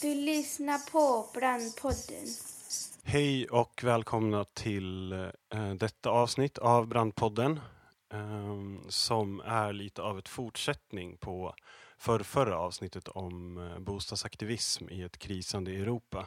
Du lyssnar på Brandpodden. Hej och välkomna till detta avsnitt av Brandpodden som är lite av ett fortsättning på förra avsnittet om bostadsaktivism i ett krisande Europa.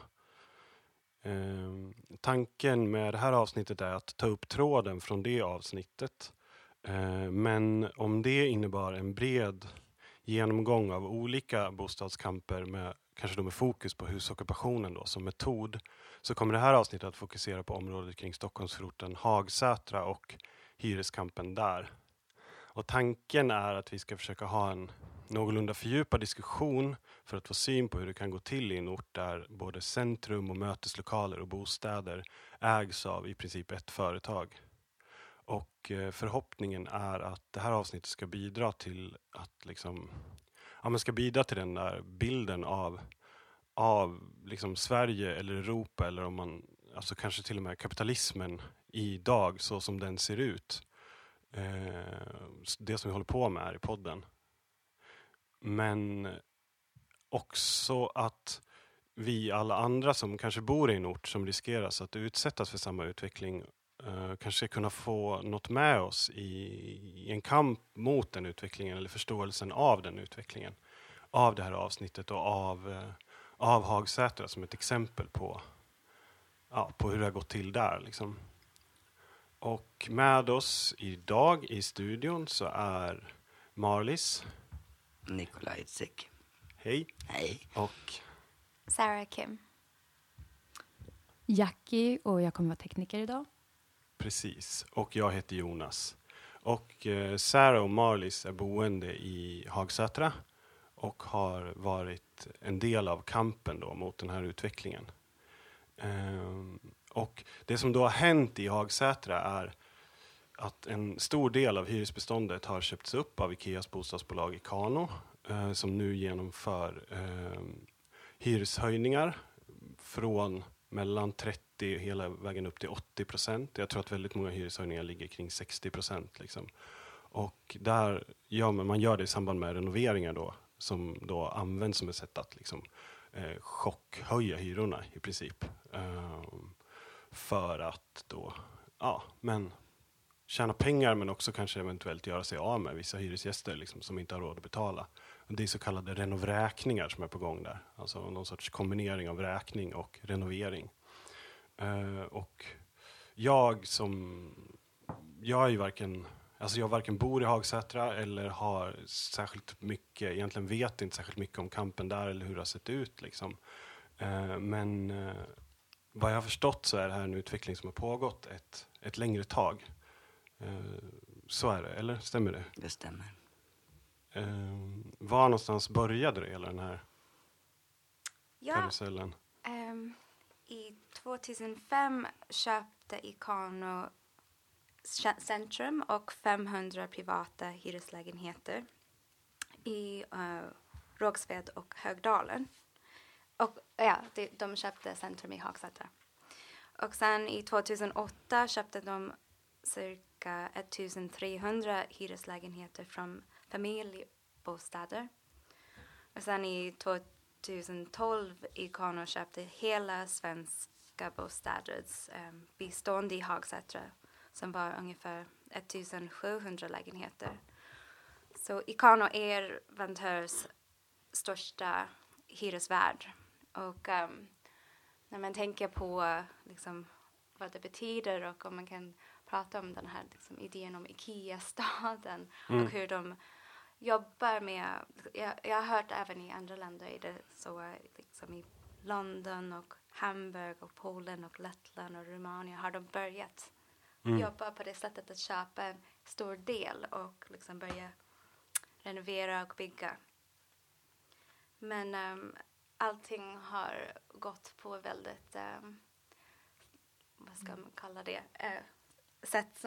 Tanken med det här avsnittet är att ta upp tråden från det avsnittet, men om det innebar en bred genomgång av olika bostadskamper med kanske då med fokus på husockupationen då som metod, så kommer det här avsnittet att fokusera på området kring Stockholmsförorten Hagsätra och hyreskampen där. Och tanken är att vi ska försöka ha en någorlunda fördjupad diskussion för att få syn på hur det kan gå till i en ort där både centrum och möteslokaler och bostäder ägs av i princip ett företag. Och förhoppningen är att det här avsnittet ska bidra till att ska bidra till den där bilden av liksom Sverige eller Europa, eller om man alltså kanske till och med kapitalismen idag så som den ser ut. Det som vi håller på med här i podden. Men också att vi alla andra som kanske bor i en ort som riskeras att utsättas för samma utveckling kanske ska kunna få något med oss i en kamp mot den utvecklingen eller förståelsen av den utvecklingen. Av det här avsnittet och av Hagsätra som ett exempel på hur det har gått till där liksom. Och med oss idag i studion så är Marlis, Nikolaj Zik. Hej. Hej. Och Sarah Kim. Jackie, och jag kommer vara tekniker idag. Precis. Och jag heter Jonas. Och Sarah och Marlis är boende i Hagsätra och har varit en del av kampen då mot den här utvecklingen. Och det som då har hänt i Hagsätra är att en stor del av hyresbeståndet har köpts upp av Ikeas bostadsbolag Ikano, som nu genomför hyreshöjningar från mellan 30 hela vägen upp till 80%. Jag tror att väldigt många hyreshöjningar ligger kring 60% liksom. Och där man gör det i samband med renoveringar då, som då används som ett sätt att liksom chockhöja hyrorna i princip. För att då tjäna pengar, men också kanske eventuellt göra sig av med vissa hyresgäster liksom, som inte har råd att betala. Det är så kallade renovräkningar som är på gång där. Alltså någon sorts kombinering av räkning och renovering. Och jag varken bor i Hagsätra eller har särskilt mycket, egentligen vet inte särskilt mycket om kampen där eller hur det har sett ut liksom. Men vad jag har förstått så är det här en utveckling som har pågått ett längre tag. Så är det, eller stämmer det? Det stämmer. Var någonstans började det hela den här karusellen? I 2005 köpte Ikano Centrum och 500 privata hyreslägenheter i Rågsved och Högdalen. Och de köpte Centrum i Hagsätra. Och sen i 2008 köpte de cirka 1300 hyreslägenheter från familjebostäder. Och sen i 2012 Ikano köpte hela svenska bostäders bestånd i Hagsätra, som var ungefär 1700 lägenheter. Så Ikano är Vantörs största hyresvärd. Och när man tänker på liksom, vad det betyder, och om man kan prata om den här liksom, idén om Ikea-staden och hur de jobbar med, jag har hört även i andra länder i det, så liksom i London och Hamburg och Polen och Lettland och Rumänien har de börjat jobba på det sättet att köpa en stor del och liksom börja renovera och bygga. Men allting har gått på väldigt, vad ska man kalla det, sätt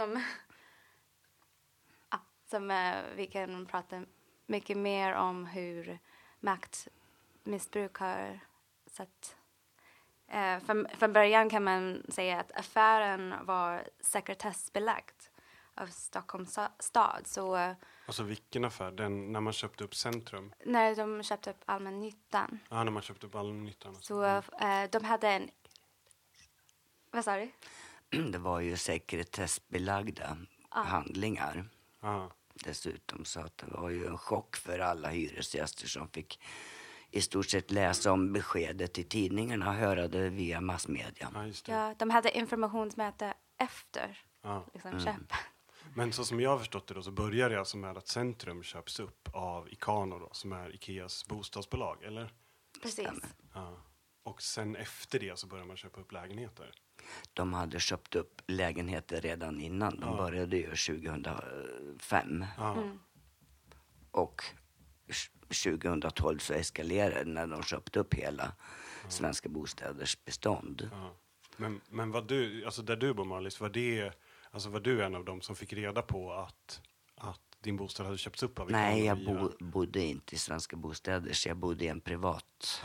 som vi kan prata mycket mer om hur maktmissbruk har sett. Från början kan man säga att affären var sekretessbelagd av Stockholms stad. Så Alltså vilken affär? Den när man köpte upp Centrum? När de köpte upp allmännyttan. Ja, när man köpte upp allmännyttan. Så de hade en... Vad sa du? Det var ju sekretessbelagda handlingar. Ja. Dessutom, så att det var ju en chock för alla hyresgäster som fick i stort sett läsa om beskedet i tidningarna och höra det via massmedia. Ja, just det. Ja, de hade informationsmöte efter Ja. liksom, köpet. Men så som jag har förstått det då, så börjar det alltså med att Centrum köps upp av Ikano då, som är Ikeas bostadsbolag, eller? Precis. Stämmer. Ja. Och sen efter det så börjar man köpa upp lägenheter. De hade köpt upp lägenheter redan innan. De började ju 2005. Ja. Och 2012 så eskalerade det när de köpte upp hela Svenska Bostäders bestånd. Ja. Men vad du, alltså där du bor, Marlies, var du en av dem som fick reda på att din bostad hade köpts upp av Ikano? Nej, jag bodde inte i Svenska Bostäder, så jag bodde i en privat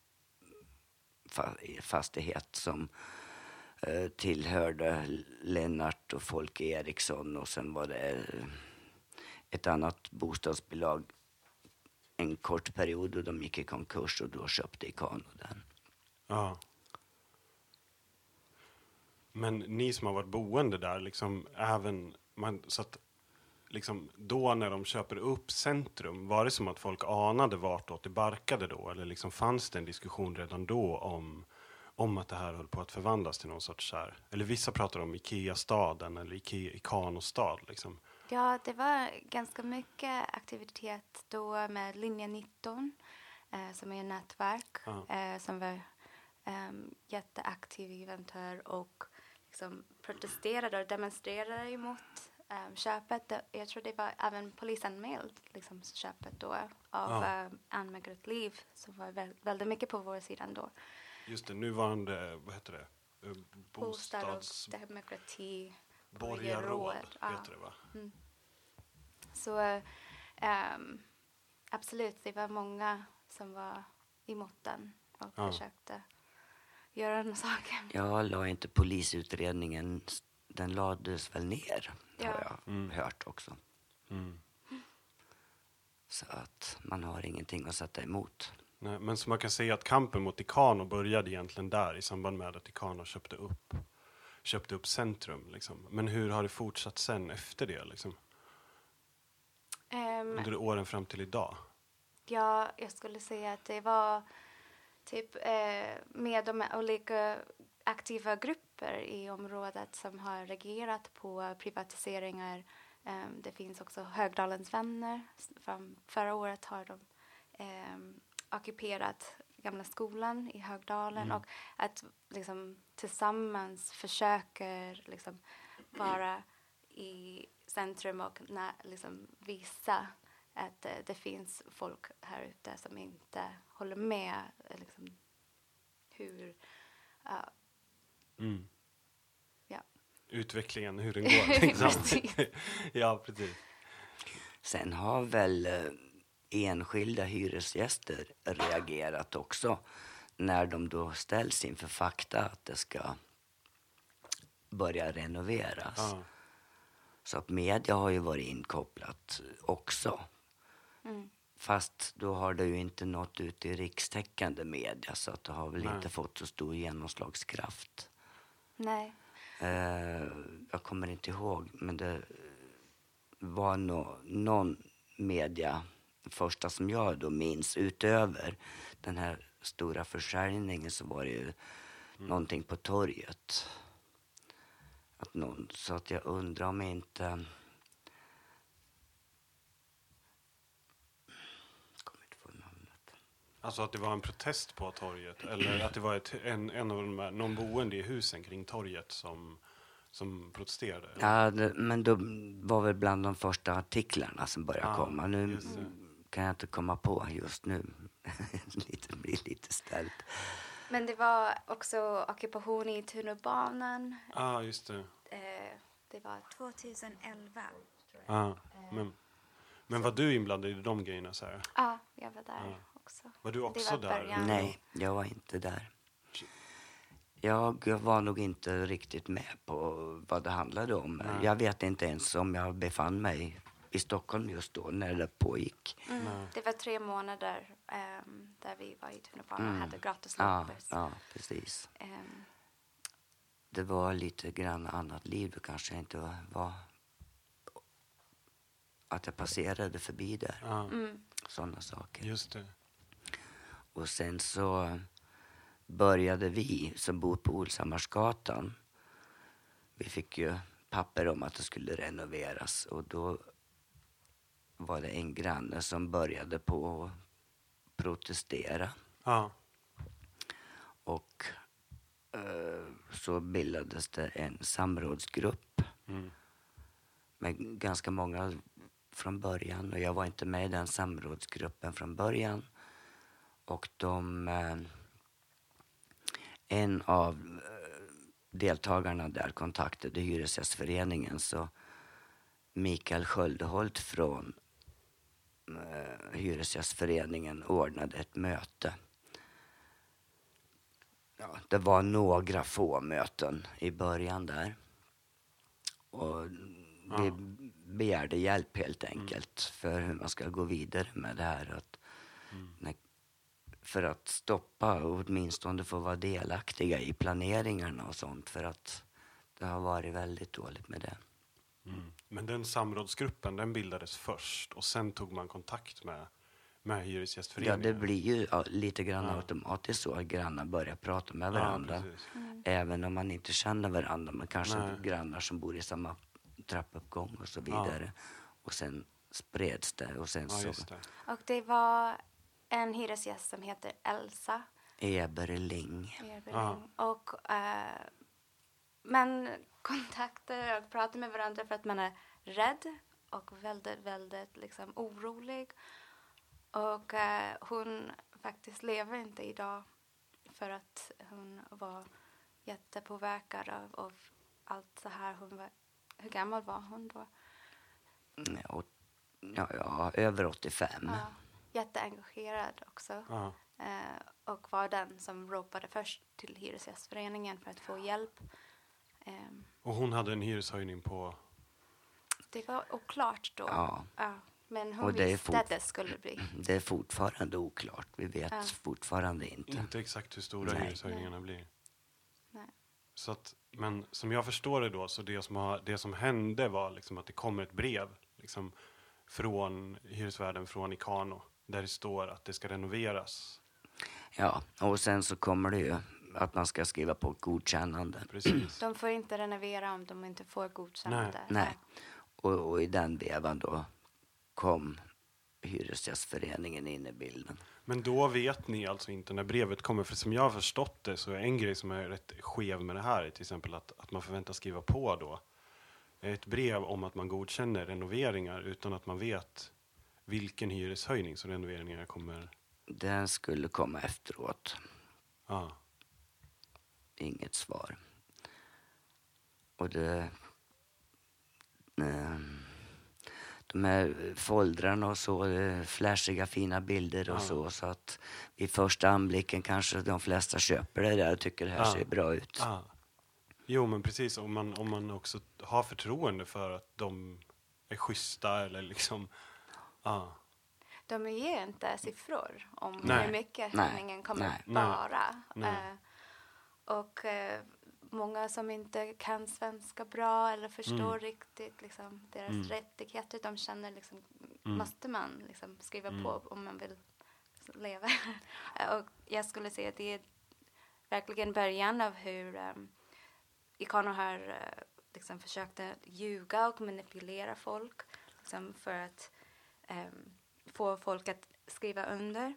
fastighet som tillhörde Lennart och Folke Eriksson, och sen var det ett annat bostadsbolag en kort period och de gick i konkurs, och då köpte Ikano den. Ja. Men ni som har varit boende där, liksom, så att liksom, då när de köper upp Centrum, var det som att folk anade vartåt det barkade då? Eller liksom, fanns det en diskussion redan då om att det här höll på att förvandlas till någon sorts så här, eller vissa pratar om Ikea-staden eller Ikano-stad liksom. Ja, det var ganska mycket aktivitet då med Linje 19 som är ett nätverk som var jätteaktiv inventör och liksom protesterade och demonstrerade emot köpet. Jag tror det var även polisanmäld liksom, köpet då av Ann Margaret Liv, som var väldigt mycket på vår sida då. Just det, nuvarande, vad heter det? Bostad och demokrati. Borgarråd heter det, va? Mm. Så absolut, det var många som var emot den och försökte göra den saken. Jag la inte polisutredningen, den lades väl ner, har jag hört också. Mm. Så att man har ingenting att sätta emot. Nej, men så man kan säga att kampen mot Ikano började egentligen där i samband med att Ikano köpte upp Centrum. Liksom. Men hur har det fortsatt sen efter det? Liksom? Under åren fram till idag? Ja, jag skulle säga att det var typ med de olika aktiva grupper i området som har reagerat på privatiseringar. Det finns också Högdalens vänner. Från förra året har de ockuperat gamla skolan i Högdalen och att liksom tillsammans försöker liksom vara i centrum och liksom visa att det finns folk här ute som inte håller med liksom hur utvecklingen, hur den går. Liksom. Ja, precis. Sen har väl enskilda hyresgäster reagerat också när de då ställs inför fakta att det ska börja renoveras. Ja. Så att media har ju varit inkopplat också. Fast då har det ju inte nått ut i rikstäckande media, så att det har väl inte fått så stor genomslagskraft. Nej. Jag kommer inte ihåg, men det var någon media, första som jag då minns, utöver den här stora försäljningen, så var det ju någonting på torget. Så att jag undrar om inte... Alltså att det var en protest på torget, eller att det var en av de här, någon boende i husen kring torget som protesterade? Ja, men då var väl bland de första artiklarna som började komma. Nu kan jag inte komma på just nu. Det blir lite ställt. Men det var också ockupation i tunnelbanan. Ja, just det. Det var 2011. Ja, men var du inblandad i de grejerna, så här? Ja, jag var där också. Var du också där? Början. Nej, jag var inte där. Jag var nog inte riktigt med på vad det handlade om. Jag vet inte ens om jag befann mig i Stockholm just då när det pågick. Det var 3 månader där vi var i tunnelbanan och hade gratis loppis. Ja, precis. Ehm, Det var lite grann annat liv. Det kanske inte var att jag passerade förbi där. Ja, Sådana saker. just det. Och sen så började vi som bor på Olshammarsgatan. Vi fick ju papper om att det skulle renoveras. Och då var det en granne som började på att protestera. Ja, Och så bildades det en samrådsgrupp med ganska många från början. Och jag var inte med i den samrådsgruppen från början. Och en av deltagarna där kontaktade Hyresgästföreningen, så Mikael Sköldeholt från Hyresgästföreningen ordnade ett möte. Ja, det var några få möten i början där. Och vi begärde hjälp helt enkelt för hur man ska gå vidare med det här. För att stoppa och åtminstone få vara delaktiga i planeringarna och sånt. För att det har varit väldigt dåligt med det. men den samrådsgruppen, den bildades först och sen tog man kontakt med Ja, Hyresgästföreningen. det blir ju lite grann automatiskt så att grannar börjar prata med varandra. precis. Även om man inte känner varandra. Men kanske grannar som bor i samma trappuppgång och så vidare. Och sen spreds det. Och sen Ja, så just det. och det var en hyresgäst som heter Elsa Eberling. Eberling. Och man kontaktar och pratar med varandra för att man är rädd och väldigt, väldigt liksom orolig. Och hon faktiskt lever inte idag för att hon var jättepåverkad av allt så här. Hur gammal var hon då? Ja, över 85. Ja, jätteengagerad också. Ja. Och var den som ropade först till Hyresgästföreningen för att få hjälp. Och hon hade en hyreshöjning på... Det var oklart då. Ja. Men hon Och det är visste att det skulle bli. Det är fortfarande oklart. Vi vet fortfarande inte. Inte exakt hur stora Nej. hyreshöjningarna blir. Nej. Så att, men som jag förstår det då, så det som hände var liksom att det kommer ett brev liksom, från hyresvärden från Ikano där det står att det ska renoveras. Ja, och sen så kommer det ju att man ska skriva på ett godkännande. Precis. De får inte renovera om de inte får godkännande. Nej. Och i den vevan då kom Hyresgästföreningen in i bilden. Men då vet ni alltså inte när brevet kommer, för som jag har förstått det så är en grej som är rätt skev med det här till exempel att man förväntas skriva på då ett brev om att man godkänner renoveringar utan att man vet vilken hyreshöjning som renoveringarna kommer. Den skulle komma efteråt. Ja. Inget svar. Och de här foldrarna och så, flashiga fina bilder och så att vid första anblicken kanske de flesta köper det där och tycker det här ser bra ut. Ja. Jo, men precis. Om man också har förtroende för att de är schyssta eller liksom... Ja. De ger inte siffror om Nej. hur mycket Nej. höjningen kommer Nej. vara. Nej. Och många som inte kan svenska bra eller förstår riktigt liksom, deras rättigheter, de känner liksom, måste man liksom, skriva på om man vill leva. Och jag skulle säga att det är verkligen början av hur Ikano har liksom, försökt ljuga och manipulera folk liksom, för att få folk att skriva under.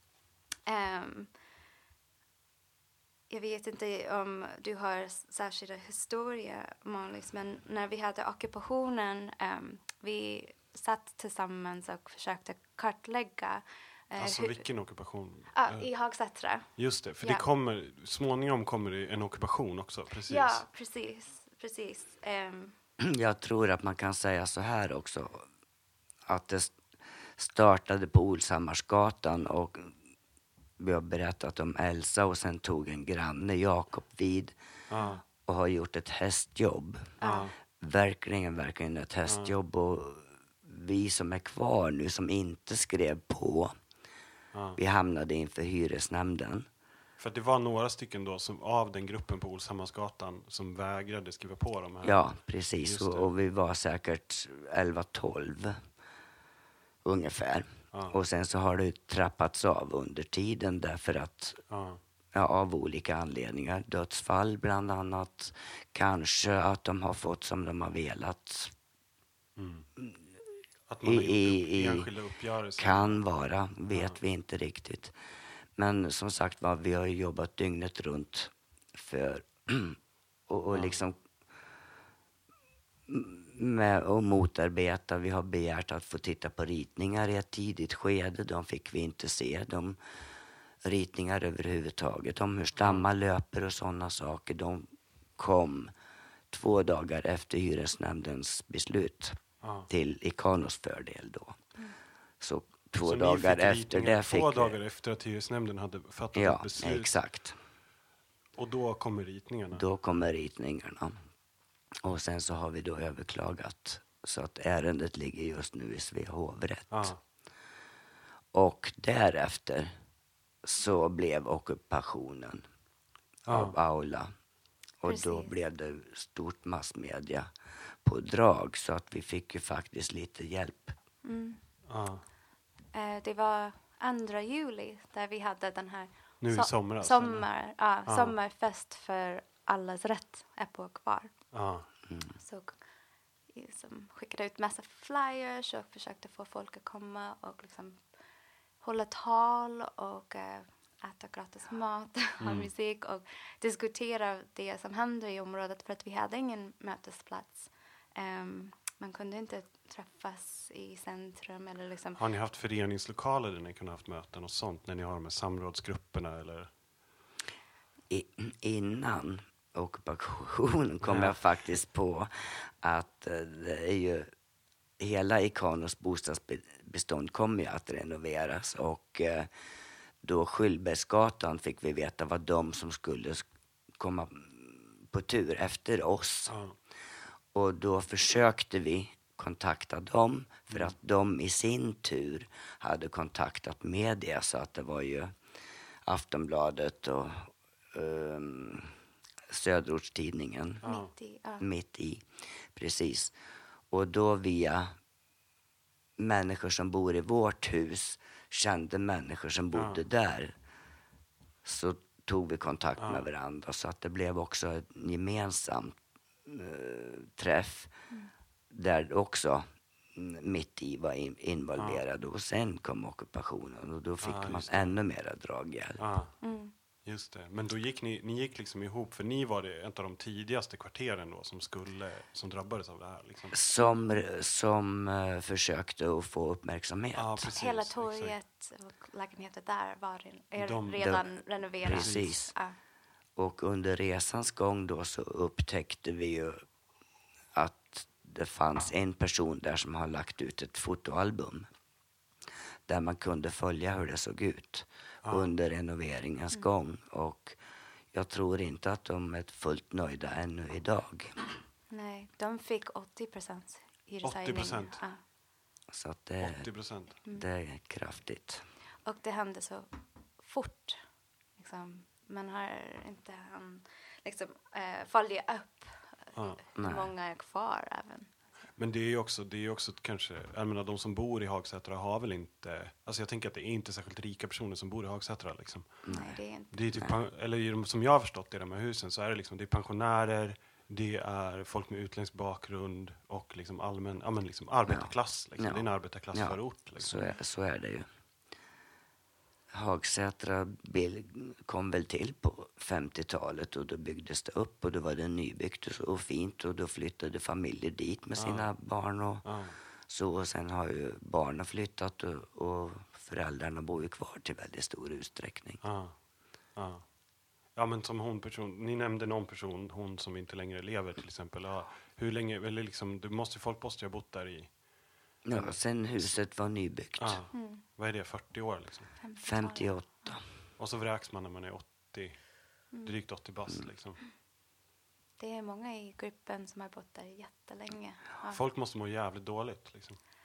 Jag vet inte om du har särskilda historia, Målis, men när vi hade ockupationen, vi satt tillsammans och försökte kartlägga. Alltså vilken ockupation? I Hagsätra. Just det, för Ja. det kommer, småningom kommer det en ockupation också, precis. Ja, precis. Jag tror att man kan säga så här också. Att det startade på Olshammarsgatan och vi har berättat om Elsa och sen tog en granne, Jakob, vid och har gjort ett hästjobb. Verkligen ett hästjobb och vi som är kvar nu som inte skrev på, vi hamnade inför hyresnämnden. För det var några stycken då som av den gruppen på Olshammarsgatan som vägrade skriva på de här. Ja, precis. Och vi var säkert 11-12 ungefär. Och sen så har det trappats av under tiden därför att av olika anledningar. Dödsfall bland annat. Kanske att de har fått som de har velat. Att man har gjort enskilda uppgörelser. Kan vara, vet vi inte riktigt. Men som sagt vi har jobbat dygnet runt för och liksom med att motarbeta. Vi har begärt att få titta på ritningar i ett tidigt skede. De fick vi inte se. De ritningar överhuvudtaget om hur stammar löper och sådana saker. De kom 2 dagar efter hyresnämndens beslut till Ikanos fördel då. Så 2 dagar efter det fick 2 dagar efter att hyresnämnden hade fattat ett beslut. Ja, exakt. Och då kommer ritningarna? Då kommer ritningarna. Och sen så har vi då överklagat. Så att ärendet ligger just nu i Svea hovrätt. Och därefter så blev ockupationen av Aula. Och då blev det stort massmedia på drag. Så att vi fick ju faktiskt lite hjälp. Det var 2 juli där vi hade den här nu i somras, sommarfest för allas rätt är på kvar. Så liksom skickade ut massa flyers och försökte få folk att komma och liksom hålla tal och äta gratis mat och musik och diskutera det som händer i området för att vi hade ingen mötesplats. Man kunde inte träffas i centrum eller liksom. Har ni haft föreningslokaler där ni kunde haft möten och sånt när ni har de här samrådsgrupperna eller? Innan ockupationen kom jag faktiskt på att det är ju hela Ikanos bostadsbestånd kommer ju att renoveras och då Skyllbergsgatan fick vi veta vad de som skulle komma på tur efter oss. Och då försökte vi kontakta dem för att de i sin tur hade kontaktat media så att det var ju Aftonbladet och Söderortstidningen mitt i, precis. Och då via människor som bor i vårt hus kände människor som bodde där så tog vi kontakt med varandra så att det blev också en gemensam träff där också mitt i var involverad och sen kom ockupationen och då fick man ännu mera draghjälp. Just det. Men då gick ni gick liksom ihop för ni var det ett av de tidigaste kvarteren då som drabbades av det här liksom. Som försökte att få uppmärksamhet. Precis, hela torget och lägenheter där var redan renoverade. Precis. Och under resans gång då så upptäckte vi ju att det fanns en person där som har lagt ut ett fotoalbum där man kunde följa hur det såg ut under renoveringens gång. Och jag tror inte att de är fullt nöjda ännu idag. Nej, de fick 80% hyreshöjning. 80%? Ja. Så att det 80%? Det är kraftigt. Och det hände så fort. Liksom. Man har inte liksom, följa upp hur många är kvar även. Men det är ju också kanske, jag menar de som bor i Hagsätra har väl inte, alltså jag tänker att det är inte särskilt rika personer som bor i Hagsätra liksom. Nej, det är inte. Det är typ, eller som jag har förstått det i de här husen så är det liksom, det är pensionärer, det är folk med utländsk bakgrund och liksom allmän, ja men liksom arbetarklass liksom. Det är en arbetarklassförort liksom. Så är det ju. Hagsätra kom väl till på 50-talet och då byggdes det upp och då var det nybyggt och fint och då flyttade familjer dit med sina barn och så och sen har ju barnen flyttat och föräldrarna bor ju kvar till väldigt stor utsträckning. Ja men som ni nämnde någon person, hon som inte längre lever till exempel. Hur länge, eller liksom, folk måste ju ha bott där i. Ja, sen huset var nybyggt. Vad är det, 40 år liksom? 58. Och så vräks man när man är 80, drygt 80 bast liksom. Det är många i gruppen som har bott där jättelänge. Folk måste må jävligt dåligt liksom.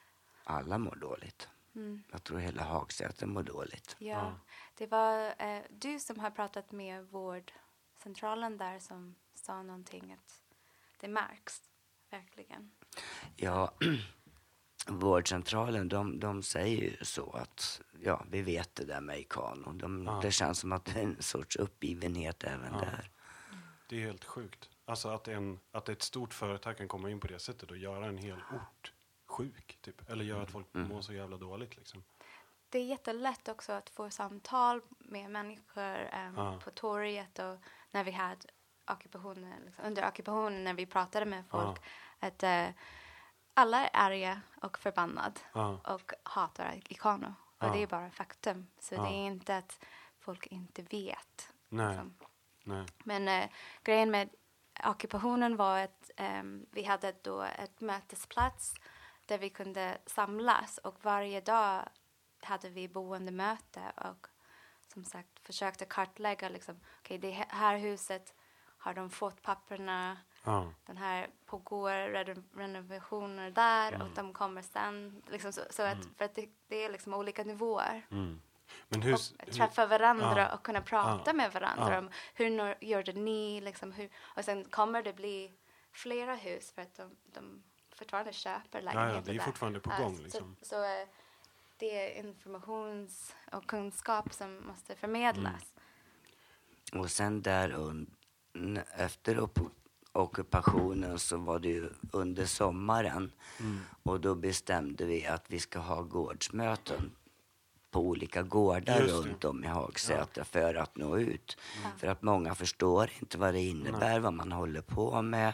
alla mår dåligt. Jag tror hela Hagsätra mår dåligt. Ja. Det var du som har pratat med vårdcentralen där som sa någonting att det märks verkligen. Ja, vårdcentralen, de säger ju så att vi vet det där med Ikano. Det känns som att det är en sorts uppgivenhet även där. Det är helt sjukt. Alltså att ett stort företag kan komma in på det sättet och göra en hel ort sjuk, typ. Eller göra att folk mår så jävla dåligt, liksom. Det är jättelätt också att få samtal med människor på torget och när vi hade ockupationen, liksom, under ockupationen när vi pratade med folk att alla är arga och förbannad och hatar Ikano. Och det är bara faktum. Så det är inte att folk inte vet. Nej. Liksom. Nej. Men grejen med ockupationen var att vi hade då ett mötesplats där vi kunde samlas och varje dag hade vi boendemöte och som sagt försökte kartlägga liksom, okej, det här huset har de fått papperna, den här pågår renovationer där och de kommer sen liksom, så att, för att det är liksom olika nivåer. Men Och träffa varandra och kunna prata med varandra om hur gjorde ni liksom, och sen kommer det bli flera hus för att de fortfarande köper lägenheter det är fortfarande på gång. Liksom. Så det är informations- och kunskap som måste förmedlas. Och sen där efter ockupationen så var det ju under sommaren. Och då bestämde vi att vi ska ha gårdsmöten på olika gårdar runt om i Hagsätra för att nå ut. För att många förstår inte vad det innebär, vad man håller på med.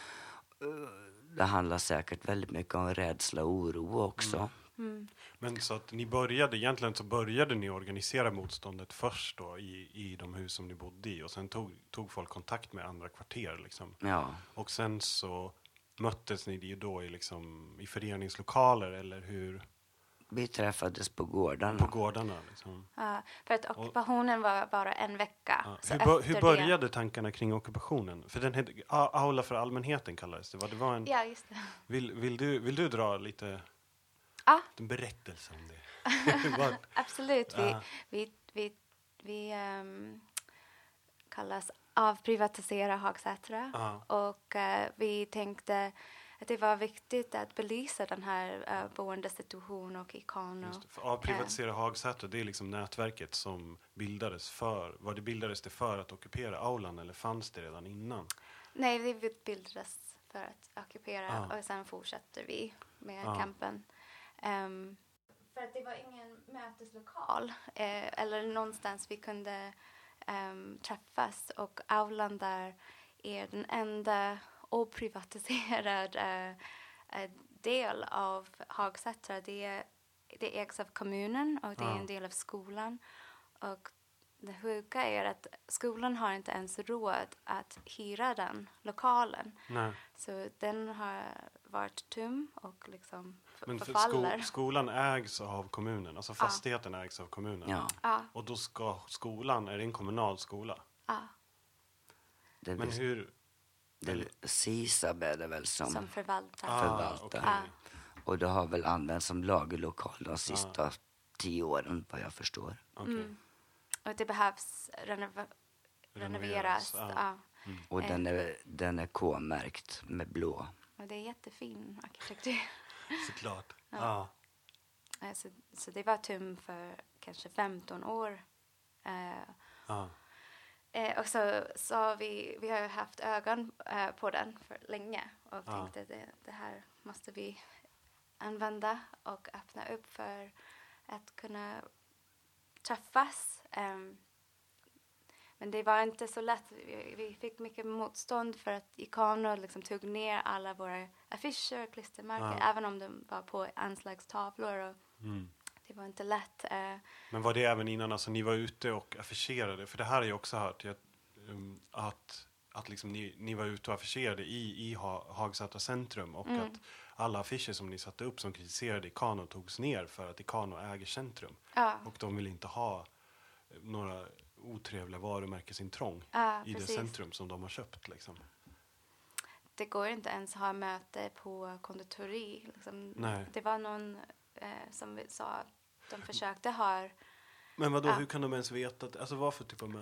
Det handlar säkert väldigt mycket om rädsla och oro också. Men så att egentligen så började ni organisera motståndet först då i de hus som ni bodde i och sen tog folk kontakt med andra kvarter liksom. Ja. Och sen så möttes ni ju då i föreningslokaler eller hur? Vi träffades på gårdarna. På gårdarna liksom. För att ockupationen var bara en vecka. Så Hur började tankarna kring ockupationen? För den hette Aula för allmänheten kallades det. Det var en. Ja, just det. Vill du dra lite en berättelse om det? Absolut. Vi kallas avprivatisera Hagsätra och vi tänkte att det var viktigt att belysa den här boendesituationen och Ikano. Avprivatisera Hagsätra, det är liksom nätverket som bildades bildades det för att ockupera aulan eller fanns det redan innan? Nej, det bildades för att ockupera och sen fortsätter vi med kampen. För att det var ingen möteslokal eller någonstans vi kunde träffas och aulan där är den enda oprivatiserad del av Hagsätra. Det ägs av kommunen och det är en del av skolan. Och det sjuka är att skolan har inte ens råd att hyra den lokalen. Så den har varit tom och liksom förfaller. Skolan ägs av kommunen, alltså fastigheten ägs av kommunen. Och då ska skolan, är det en kommunal skola? Men hur? SISAB är det väl som förvaltar. Okay. Och det har väl använts som lagerlokal de sista 10 åren, vad jag förstår. Okay. Och det behövs renoveras. Och den är K-märkt med blå. Och det är jättefin arkitektur. Såklart. Så det var tom för kanske 15 år. Och så vi har haft ögon på den för länge och tänkte det här måste vi använda och öppna upp för att kunna träffas. Men det var inte så lätt. Vi fick mycket motstånd för att Ikano liksom tog ner alla våra affischer och klistermärken även om de var på anslagstavlor och det var inte lätt. Men var det även innan alltså, ni var ute och affischerade? För det här har jag också hört att liksom ni var ute och affischerade i Hagsätra centrum och att alla affischer som ni satte upp som kritiserade Ikano togs ner för att Ikano äger centrum. Och de vill inte ha några otrevliga varumärkesintrång i det centrum som de har köpt. Liksom. Det går inte ens att ha möte på konditori. Liksom. Nej. Det var någon som vi sa, de försökte ha Men vadå, hur kan de ens veta? Alltså vad för typ av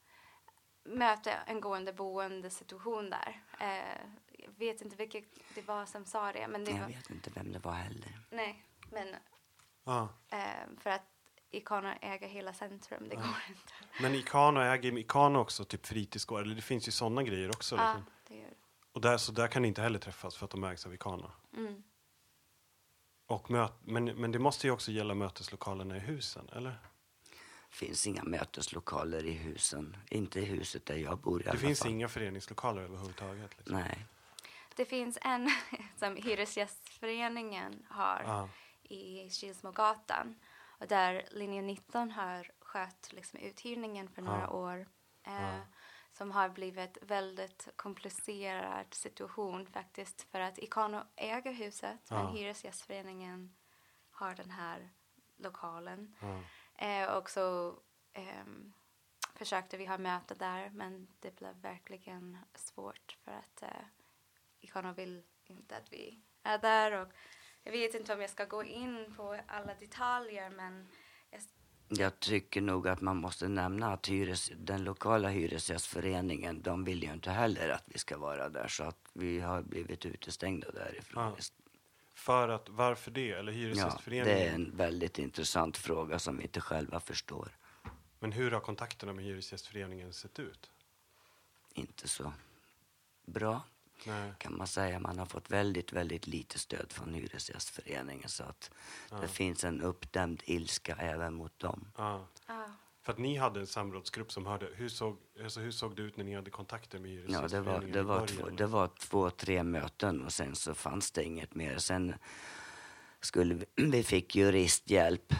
möte? en gående boende situation där. Jag vet inte vilket det var som sa det. Men det Jag vet inte vem det var heller. Nej, men Ja. för att Ikano äger hela centrum, det går inte. Men äger Ikano också typ fritidsgård? Eller det finns ju sådana grejer också. Ja, Liksom. det gör det. Och där kan ni inte heller träffas för att de ägs av Ikano. Mm. Och men det måste ju också gälla möteslokalerna i husen, eller? Finns inga möteslokaler i husen. Inte i huset där jag bor i alla Det finns fall. inga föreningslokaler överhuvudtaget. Liksom. Nej. Det finns en som Hyresgästföreningen har i Kilsmogatan. Och där linje 19 har skött liksom uthyrningen för några år. Som har blivit väldigt komplicerad situation faktiskt. För att Ikano äger huset, men Hyresgästföreningen har den här lokalen. Och så försökte vi ha möte där, men det blev verkligen svårt för att Ikano vill inte att vi är där. Och jag vet inte om jag ska gå in på alla detaljer, men Jag tycker nog att man måste nämna att den lokala hyresgästföreningen, de vill ju inte heller att vi ska vara där, så att vi har blivit utestängda därifrån. Varför det? Eller Ja, Hyresgästföreningen? det är en väldigt intressant fråga som vi inte själva förstår. Men hur har kontakterna med Hyresgästföreningen sett ut? Inte så bra. Nej. Kan man säga. Man har fått väldigt, väldigt lite stöd från Hyresgästföreningen, så att det finns en uppdämd ilska även mot dem. För att ni hade en samrådsgrupp som hörde, hur såg det ut när ni hade kontakter med Ja, Hyresgästföreningen? det var 2-3 möten och sen så fanns det inget mer. Sen vi fick juristhjälp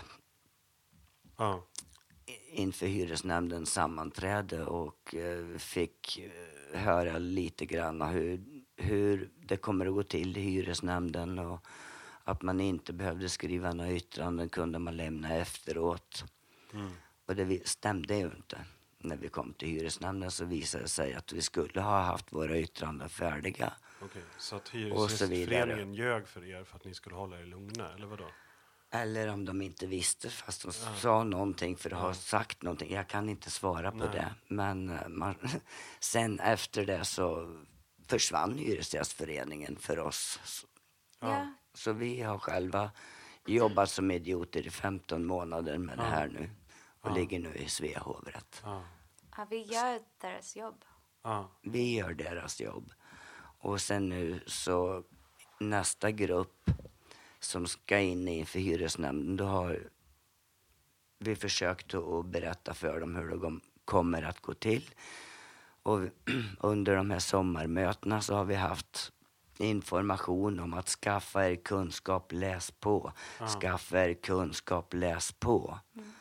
inför hyresnämndens sammanträde och fick höra lite grann hur det kommer att gå till i hyresnämnden, och att man inte behövde skriva några yttranden kunde man lämna efteråt. Och det stämde ju inte. När vi kom till hyresnämnden så visade det sig att vi skulle ha haft våra yttranden färdiga. Okej, så att Hyresgästföreningen ljög för er för att ni skulle hålla er lugna, eller vadå? Eller om de inte visste, fast de sa någonting för att ha sagt någonting. Jag kan inte svara på det. Men sen efter det så försvann Hyresgästföreningen för oss. Så vi har själva jobbat som idioter i 15 månader med det här nu. Och ligger nu i Svea hovrätt. Ja, vi gör deras jobb. Vi gör deras jobb. Och sen nu så nästa grupp som ska in inför hyresnämnden, då har vi försökt att berätta för dem hur det kommer att gå till. Och under de här sommarmötena så har vi haft information om att skaffa er kunskap, läs på. Skaffa er kunskap, läs på.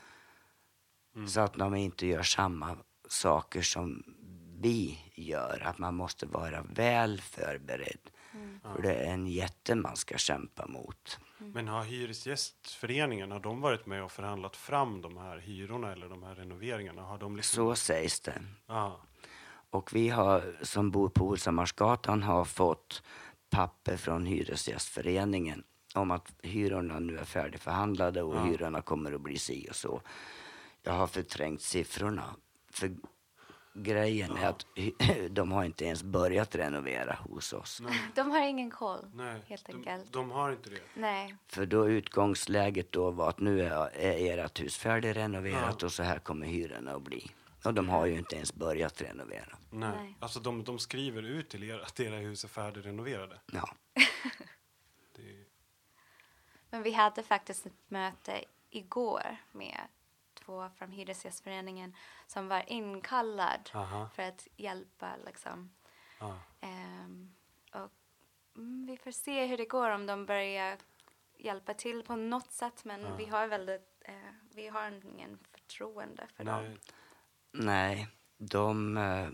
Så att de inte gör samma saker som vi gör. Att man måste vara väl förberedd. För det är en jätte man ska kämpa mot. Men har Hyresgästföreningen, har de varit med och förhandlat fram de här hyrorna eller de här renoveringarna? Har de liksom... Så sägs det. Ja. Och vi har, som bor på Olshammarsgatan, har fått papper från Hyresgästföreningen om att hyrorna nu är färdigförhandlade och hyrorna kommer att bli si och så. Jag har förträngt siffrorna. För grejen är att de har inte ens börjat renovera hos oss. De har ingen koll, Nej, helt enkelt. De har inte det. Nej. För då utgångsläget då var att nu är ert hus färdigrenoverat och så här kommer hyrorna att bli. Och de har ju inte ens börjat renovera. Nej. Alltså de skriver ut till er att era hus är färdigrenoverade. Ja. Men vi hade faktiskt ett möte igår med 2 från Hyresgästföreningen som var inkallad för att hjälpa liksom. Och vi får se hur det går, om de börjar hjälpa till på något sätt, men vi har ingen förtroende för dem. Nej, de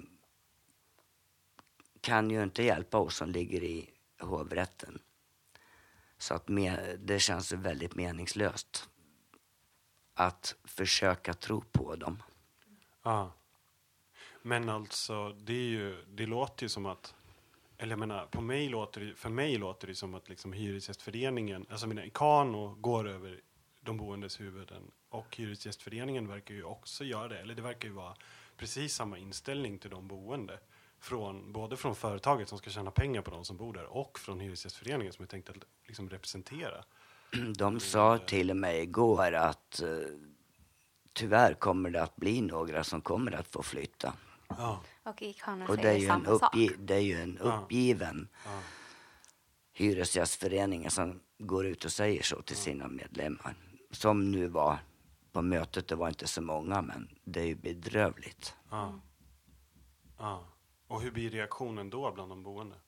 kan ju inte hjälpa oss som ligger i hovrätten. Så att det känns väldigt meningslöst att försöka tro på dem. Ja. Men alltså, det låter ju som att eller jag menar, för mig låter det som att liksom Hyresgästföreningen, alltså Ikano går över de boendes huvuden, och Hyresgästföreningen verkar ju också göra det, eller det verkar ju vara precis samma inställning till de boende, både från företaget som ska tjäna pengar på de som bor där, och från Hyresgästföreningen som är tänkt att liksom representera. De sa till och med igår att tyvärr kommer det att bli några som kommer att få flytta. Ja. Och Ikano Och det är säger ju samma sak. det är ju en uppgiven Hyresgästföreningen som går ut och säger så till sina medlemmar. Som nu var på mötet, det var inte så många, men det är ju bedrövligt. Ja. Ja. Och hur blir reaktionen då bland de boende?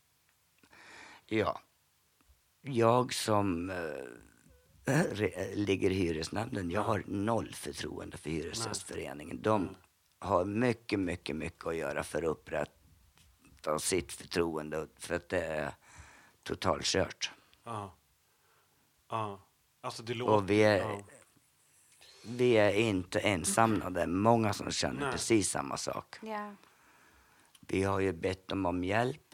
Ja, jag som ligger i hyresnämnden, jag har 0 förtroende för Hyresgästföreningen. De har mycket att göra för att upprätta sitt förtroende, för att det är totalt kört. Ja. Ja. Alltså det låter... Och vi är inte ensamma, det är många som känner precis samma sak. Ja. Vi har ju bett dem om hjälp,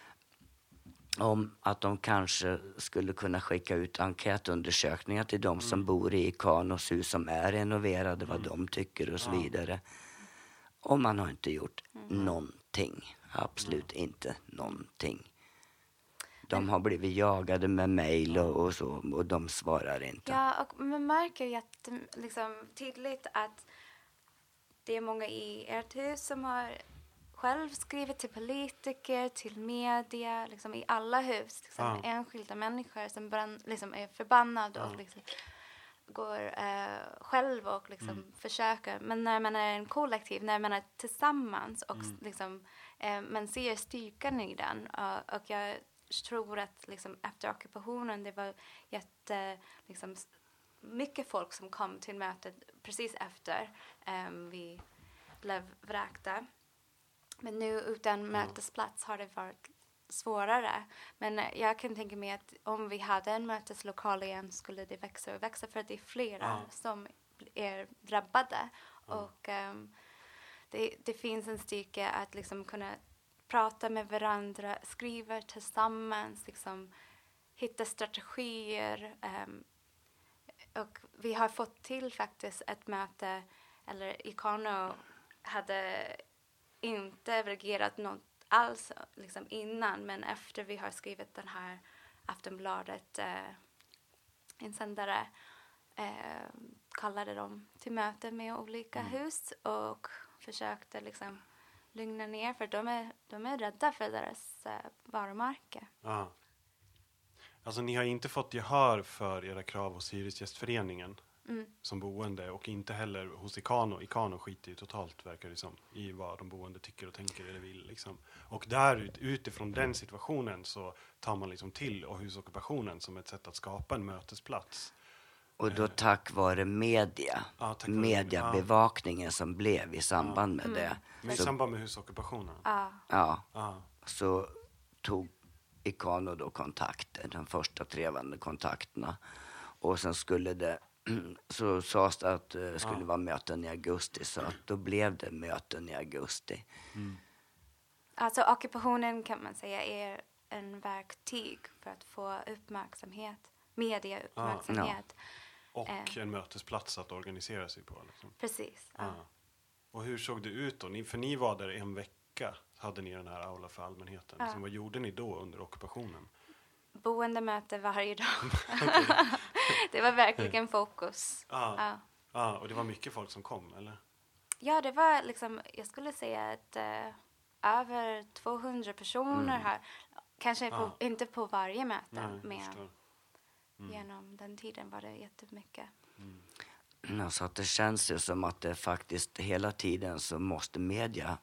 om att de kanske skulle kunna skicka ut enkätundersökningar till de som bor i Ikanos hus som är renoverade, vad de tycker och så vidare. Och man har inte gjort någonting, absolut inte någonting. De har blivit jagade med mejl och så, och de svarar inte. Ja, och man märker liksom tydligt att det är många i ert hus som har själv skrivit till politiker, till media, liksom i alla hus. Liksom, enskilda människor som liksom är förbannade och liksom går själv och liksom försöker. Men när man är en kollektiv, när man är tillsammans och liksom, man ser styrkan i den. Och jag tror att liksom, efter ockupationen det var liksom, mycket folk som kom till mötet precis efter vi blev vräkta. Men nu utan mötesplats har det varit svårare. Men jag kan tänka mig att om vi hade en möteslokal igen skulle det växa och växa, för att det är flera som är drabbade. Och det finns en styrka att liksom kunna prata med varandra, skriva tillsammans, liksom hitta strategier. Och vi har fått till faktiskt ett möte, eller Ikano hade inte reagerat något alls liksom innan, men efter vi har skrivit den här Aftonbladet insändare kallade de till möte med olika hus och försökte liksom lugna ner, för de är rädda för deras varumärke. Ja. Alltså ni har inte fått gehör för era krav hos Hyresgästföreningen som boende, och inte heller hos Ikano. Ikano skiter ju totalt, verkar det som, i vad de boende tycker och tänker eller vill. Liksom. Och där utifrån den situationen så tar man liksom till och husockupationen som ett sätt att skapa en mötesplats. Och då tack vare mediebevakningen som blev i samband med det. Men i samband med husockupationen? Så tog Ikano då kontakter, de första trevande kontakterna. Och sen så sades det att det skulle vara möten i augusti, så att då blev det möten i augusti. Alltså ockupationen kan man säga är en verktyg för att få uppmärksamhet, medieuppmärksamhet. Och en mötesplats att organisera sig på. Liksom. Precis. Och hur såg det ut då? För ni var där en vecka, hade ni den här aula för allmänheten. Liksom, vad gjorde ni då under ockupationen? Boendemöte varje dag. Det var verkligen fokus. Och det var mycket folk som kom, eller? Ja, det var liksom, jag skulle säga att över 200 personer här. Kanske inte på varje möte, men genom den tiden var det jättemycket. Så att det känns ju som att det faktiskt hela tiden så måste media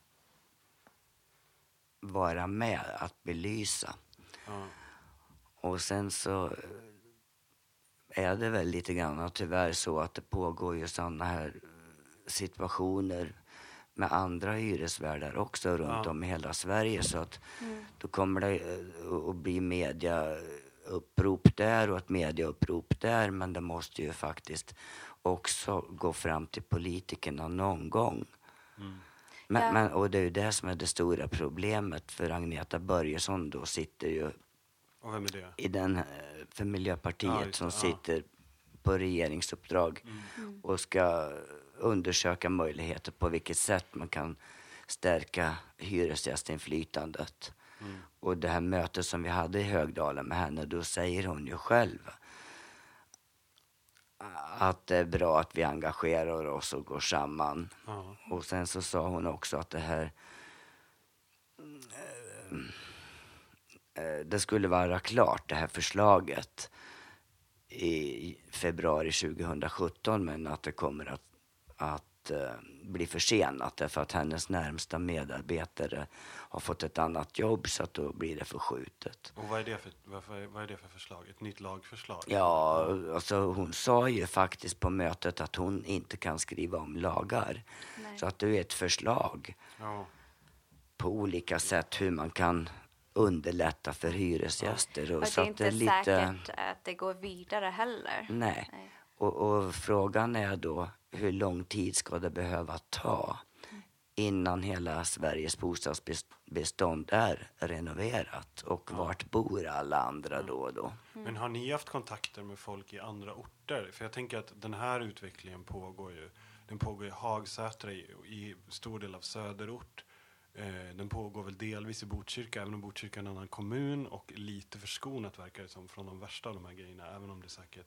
vara med att belysa. Och sen så är det väl lite grann tyvärr så att det pågår ju sådana här situationer med andra hyresvärdar också runt om i hela Sverige, så att då kommer det att bli mediaupprop där och ett mediaupprop där, men det måste ju faktiskt också gå fram till politikerna någon gång. Men, och det är ju det som är det stora problemet, för Agneta Börjesson då sitter ju Och vem är det? i den för Miljöpartiet just som det, sitter på regeringsuppdrag och ska undersöka möjligheter på vilket sätt man kan stärka hyresgästinflytandet. Och det här mötet som vi hade i Högdalen med henne, då säger hon ju själv att det är bra att vi engagerar oss och går samman. Ja. Och sen så sa hon också att det här det skulle vara klart, det här förslaget, i februari 2017, men att det kommer att bli försenat därför att hennes närmsta medarbetare har fått ett annat jobb, så att då blir det förskjutet. Och vad är det för förslag? Ett nytt lagförslag? Ja, alltså hon sa ju faktiskt på mötet att hon inte kan skriva om lagar. Nej. Så att det är ett förslag Ja. på olika sätt hur man kan underlätta för hyresgäster. Och det så är att inte lite... säkert att det går vidare heller. Nej. Och frågan är då, hur lång tid ska det behöva ta innan hela Sveriges bostadsbestånd är renoverat? Och vart bor alla andra då och då? Men har ni haft kontakter med folk i andra orter? För jag tänker att den här utvecklingen pågår ju. Den pågår i Hagsätra, i stor del av söderort. Den pågår väl delvis i Botkyrka, även om Botkyrka är en annan kommun och lite förskonat verkar det som från de värsta av de här grejerna, även om det säkert.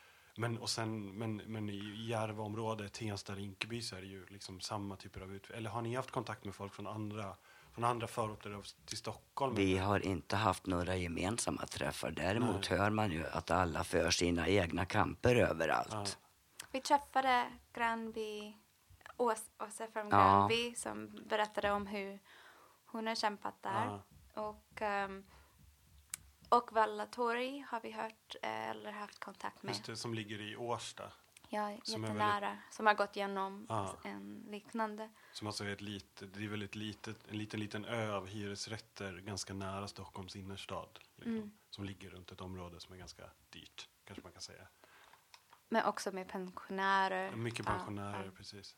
Men i Järvaområdet, Tensta, Rinkeby, så är det ju liksom samma typer av utveckling. Eller har ni haft kontakt med folk från andra förorter till Stockholm? Vi har inte haft några gemensamma träffar. Däremot hör man ju att alla för sina egna kamper överallt. Ja. Vi träffade Gränby, Åsa från Gränby, som berättade om hur hon har kämpat där. Och Vallatorg har vi hört eller haft kontakt med. Just det, som ligger i Årsta. Ja, som jättenära. Som har gått igenom en liknande. Som alltså är det är väl en liten ö av hyresrätter ganska nära Stockholms innerstad. Liksom, som ligger runt ett område som är ganska dyrt, kanske man kan säga. Men också med pensionärer. Mycket pensionärer, precis.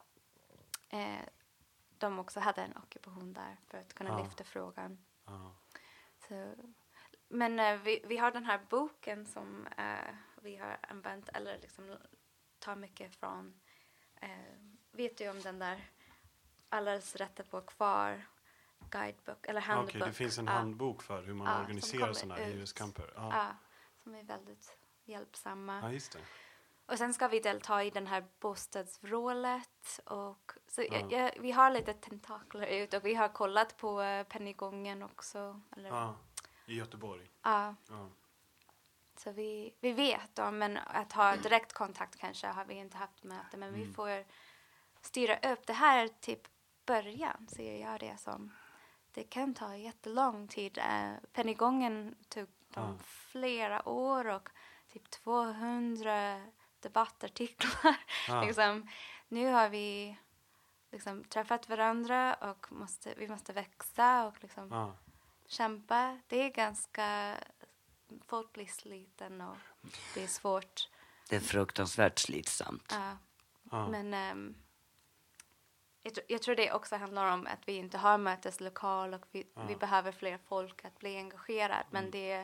De också hade en ockupation där för att kunna lyfta frågan. Ja. Så, men vi har den här boken som vi har använt, eller liksom tar mycket från. Vet du om den där Allas rätt att bo kvar guidebok eller handbok? Okej, det finns en handbok för hur man organiserar sådana här hyreskamper. Som är väldigt hjälpsamma. Ja, just det. Och sen ska vi delta i den här bostadsvrålet. Och så vi har lite tentakler ut och vi har kollat på Pennygången också. Eller, i Göteborg. Ja. Så vi vet då, men att ha direkt kontakt kanske har vi inte haft möte. Men vi får styra upp. Det här är typ början, ser jag det som. Det kan ta jättelång tid. Pennygången tog flera år och typ 200 debattartiklar. Liksom, nu har vi liksom träffat varandra och vi måste växa och liksom kämpa. Det är ganska... Folk blir sliten och det är svårt. Det är fruktansvärt slitsamt. Men jag tror det också handlar om att vi inte har möteslokal och vi behöver fler folk att bli engagerad. Men det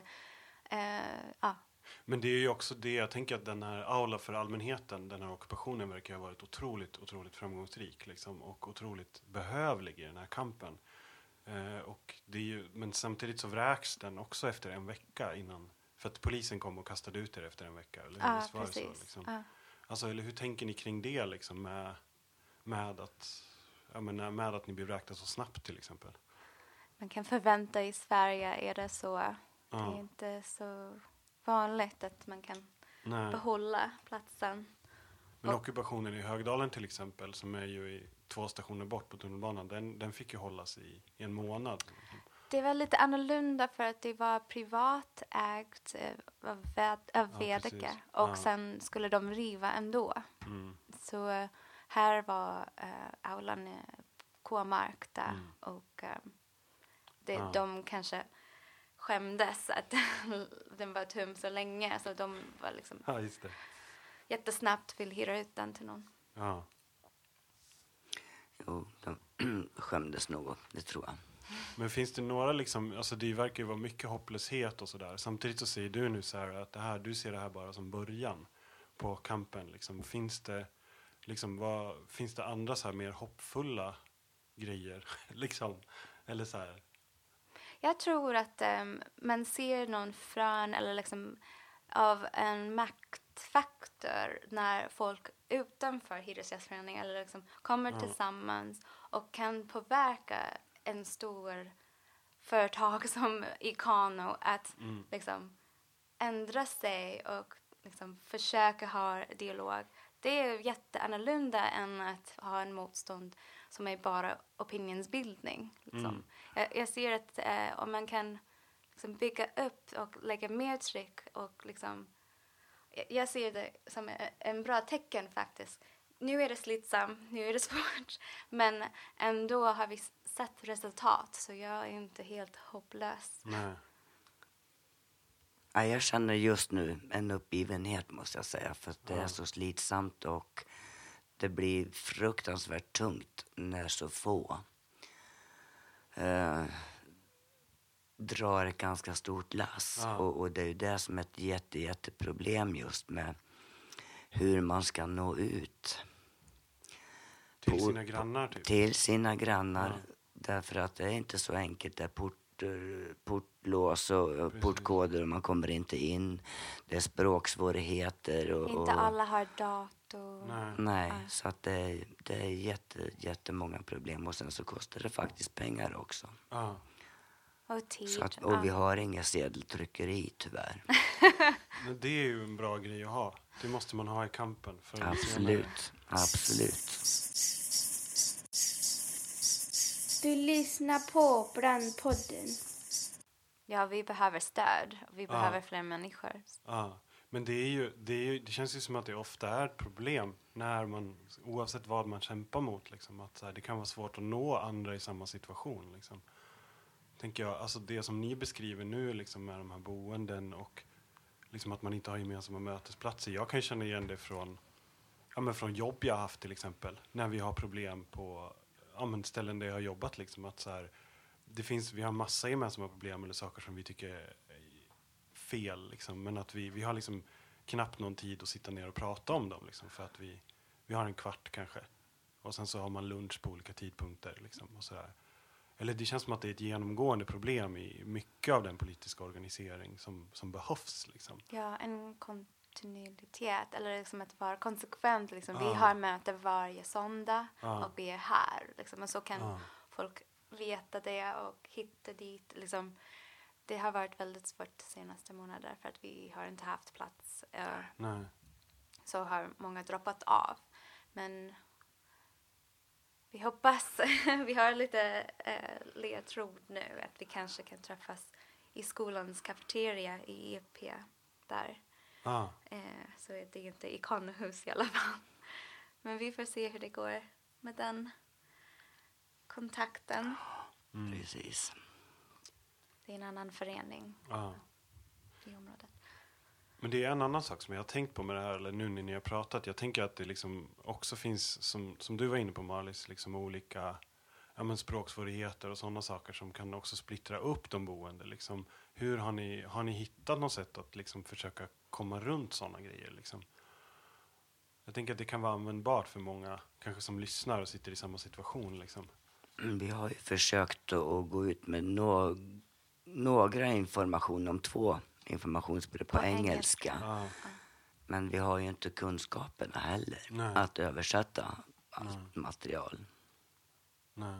Men det är ju också det, jag tänker att den här aula för allmänheten, den här ockupationen verkar ha varit otroligt framgångsrik liksom, och otroligt behövlig i den här kampen. Och det är ju, men samtidigt så vräks den också efter en vecka innan, för att polisen kom och kastade ut er efter en vecka. Eller hur var precis. det så, liksom? Alltså, eller hur tänker ni kring det liksom, med att ni blir vräkta så snabbt till exempel? Man kan förvänta i Sverige är det så. Det är inte så vanligt att man kan behålla platsen. Men ockupationen i Högdalen till exempel, som är ju i 2 stationer bort på tunnelbanan, den fick ju hållas i en månad. Det var lite annorlunda för att det var privat ägt av Vedeke. Och sen skulle de riva ändå. Så här var aulan K-mark där. Och de kanske skämdes att den var tom så länge. Så de var liksom jättesnabbt vill hyra ut den till någon. Jo, skämdes något, det tror jag. Men finns det några liksom, alltså det verkar ju vara mycket hopplöshet och sådär. Samtidigt så säger du nu så här att du ser det här bara som början på kampen. Liksom. Finns det andra så här mer hoppfulla grejer? liksom? Eller så här? Jag tror att man ser någon frön eller liksom av en maktfaktor när folk utanför hyresgästföreningen eller liksom kommer tillsammans och kan påverka en stor företag som Ikano att liksom ändra sig och liksom försöka ha dialog. Det är jätteannorlunda än att ha en motstånd som är bara opinionsbildning. Liksom. Jag ser att om man kan liksom bygga upp och lägga mer tryck och liksom, jag ser det som en bra tecken faktiskt. Nu är det slitsamt, nu är det svårt, men ändå har vi sett resultat, så jag är inte helt hopplös. Nej. Ja, jag känner just nu en uppgivenhet, måste jag säga, för att det är så slitsamt och det blir fruktansvärt tungt när så få drar ett ganska stort lass. Och det är ju det som är ett jätteproblem just med hur man ska nå ut. Till sina grannar typ? Till sina grannar. Därför att det är inte så enkelt. Det är portlås och portkoder och man kommer inte in. Det är språksvårigheter. Inte alla har dator. Nej, så att det är jättemånga problem. Och sen så kostar det faktiskt pengar också. Och tid. Så att, och vi har inga sedeltryckeri tyvärr. Men det är ju en bra grej att ha. Det måste man ha i kampen. För Absolut. Du lyssnar på Brandpodden. Ja, vi behöver stöd. Vi behöver fler människor. Men det känns ju som att det ofta är ett problem när man, oavsett vad man kämpar mot, liksom, att så här, det kan vara svårt att nå andra i samma situation. Liksom. Tänker jag, alltså det som ni beskriver nu liksom, med de här boenden och liksom, att man inte har gemensamma mötesplatser. Jag kan känna igen det från jobb jag har haft till exempel. När vi har problem på ställen där jag har jobbat. Liksom, att så här, vi har massa gemensamma problem eller saker som vi tycker är fel. Liksom, men att vi har liksom knappt någon tid att sitta ner och prata om dem. Liksom, för att vi har en kvart kanske. Och sen så har man lunch på olika tidpunkter. Liksom, och så där. Eller det känns som att det är ett genomgående problem i mycket av den politiska organisering som behövs. Liksom. Ja, en kontinuitet. Eller liksom att vara konsekvent. Liksom. Vi har möte varje söndag och vi är här. Liksom. Och så kan folk veta det och hitta dit. Liksom. Det har varit väldigt svårt de senaste månaderna för att vi har inte haft plats. Nej. Så har många droppat av. Men vi hoppas, vi har lite ledtråd nu att vi kanske kan träffas i skolans kafeteria i EP där. Så är det inte i Kanohus i alla fall. Men vi får se hur det går med den kontakten. Precis. Det är en annan förening i området. Men det är en annan sak som jag har tänkt på med det här, eller nu när ni har pratat. Jag tänker att det liksom också finns, som du var inne på Marlies, liksom olika språksvårigheter och sådana saker som kan också splittra upp de boende. Liksom, hur har ni hittat något sätt att liksom försöka komma runt sådana grejer? Liksom? Jag tänker att det kan vara användbart för många kanske som lyssnar och sitter i samma situation. Liksom. Vi har ju försökt att gå ut med några information om 2 informationsbrev på engelska. Men vi har ju inte kunskaperna heller att översätta allt material. Nej.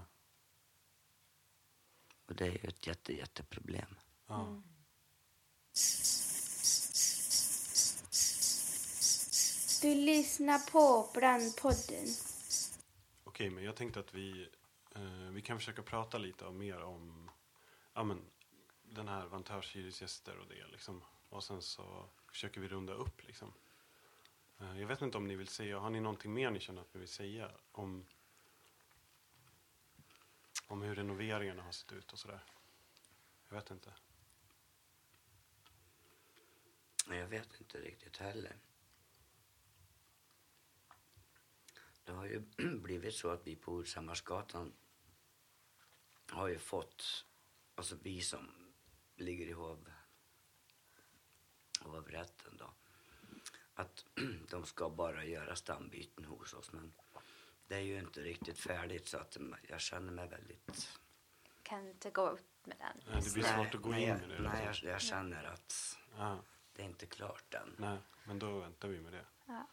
Och det är ju ett jätteproblem. Du lyssnar på Brandpodden. Okej, men jag tänkte att vi kan försöka prata lite mer om den här vantörshyresgäster och det liksom. Och sen så försöker vi runda upp liksom. Jag vet inte om ni vill säga, har ni någonting mer ni känner att ni vill säga om hur renoveringarna har sett ut och sådär? Jag vet inte. Jag vet inte riktigt heller. Det har ju blivit så att vi på Orsammarsgatan har ju fått, alltså vi som ligger i hovrätten då, att de ska bara göra stambyten hos oss, men det är ju inte riktigt färdigt, så att jag känner mig väldigt... Kan inte gå ut med den. Nej, det blir svårt att gå in i det. Nej, jag känner att Ja, det är inte klart än. nej, men då väntar vi med det. Ja.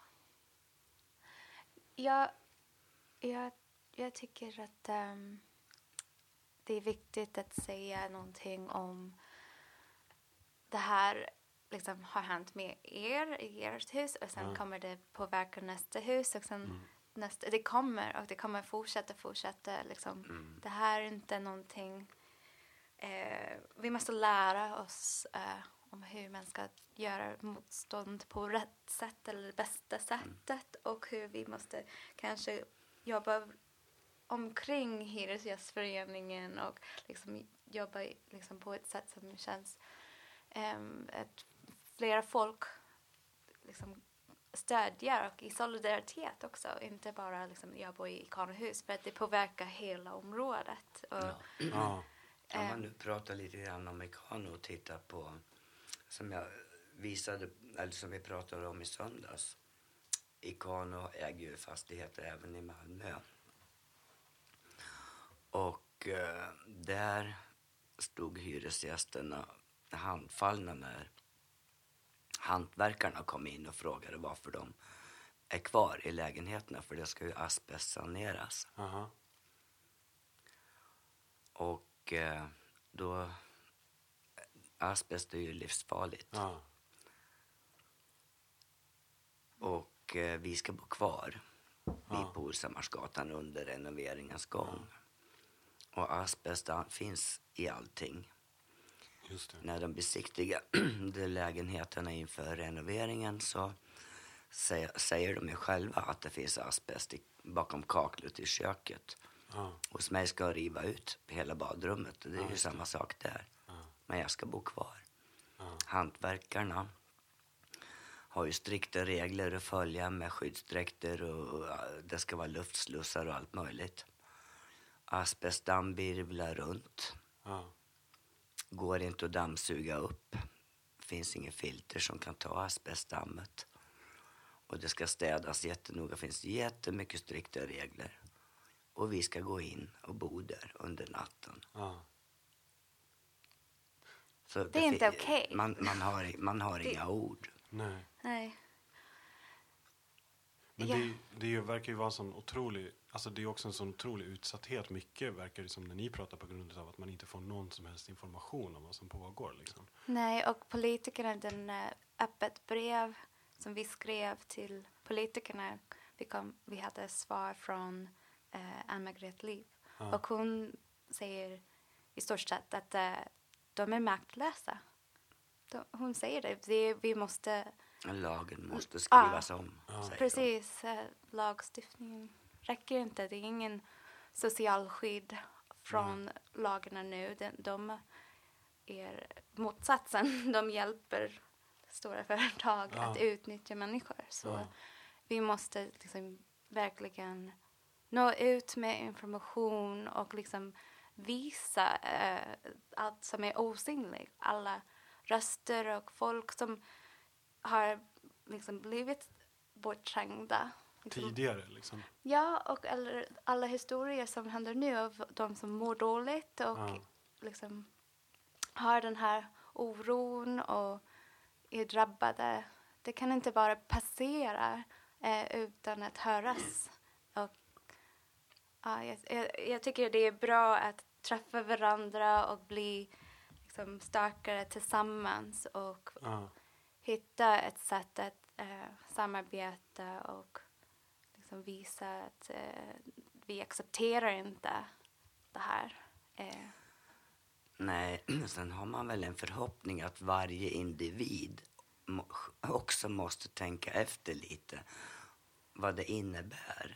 Jag tycker att det är viktigt att säga någonting om det här liksom har hänt med er i ert hus, och sen kommer det påverka nästa hus, och sen det kommer fortsätta liksom. Det här är inte någonting vi måste lära oss om hur man ska göra motstånd på rätt sätt eller det bästa sättet, och hur vi måste kanske jobba omkring hyresgästföreningen och liksom jobba liksom på ett sätt som känns att flera folk liksom stödjer, och i solidaritet också, inte bara liksom jag bor i Ikanohus, för att det påverkar hela området. Och, Ja, Om man nu pratar lite grann om Ikano och tittar på, som jag visade, eller som vi pratade om i söndags, Ikano äger ju fastigheter även i Malmö. Och där stod hyresgästerna handfallna när hantverkarna kom in och frågade varför de är kvar i lägenheterna, för det ska ju asbestsaneras. aha. Och då, asbest är ju livsfarligt. Ja, Och vi ska bo kvar vid Polshammarsgatan under renoveringens gång. Och asbest finns i allting. just det. När de besiktigade lägenheterna inför renoveringen så säger de ju själva att det finns asbest bakom kaklet i köket. Ja, Hos mig ska jag riva ut hela badrummet. Det är ju samma sak där. Men jag ska bo kvar. Hantverkarna har ju strikta regler att följa med skyddsdräkter, och det ska vara luftslussar och allt möjligt. Asbestdamm virvlar runt. ja, Går inte att dammsuga upp. Finns ingen filter som kan ta asbestdammet. Och det ska städas jättenoga. Finns jättemycket strikta regler. Och vi ska gå in och bo där under natten. ja. Så Det är inte okej. Man har inga ord. Nej. nej. Men Ja. det verkar ju vara en sån otrolig, alltså det är också en sån otrolig utsatthet. Mycket verkar det som när ni pratar, på grund av att man inte får någon som helst information om vad som pågår liksom. Nej, och politikerna, den öppet brev som vi skrev till politikerna, vi hade svar från Ann-Margret Liv. Och hon säger i stort sett att de är maktlösa. Hon säger det. Vi måste... Lagen måste skrivas om. Säger Precis. Lagstiftningen räcker inte. Det är ingen socialskydd från lagarna nu. De är motsatsen. De hjälper stora företag att utnyttja människor. Så vi måste liksom verkligen nå ut med information och liksom visa allt som är osynligt. Alla röster och folk som har liksom blivit bortträngda. Liksom. Tidigare liksom. Ja, och alla historier som händer nu av de som mår dåligt och liksom har den här oron och är drabbade. Det kan inte bara passera utan att höras. Och jag tycker det är bra att träffa varandra och bli liksom starkare tillsammans och hitta ett sätt att samarbeta och liksom visa att vi accepterar inte det här. Nej, sen har man väl en förhoppning att varje individ också måste tänka efter lite vad det innebär.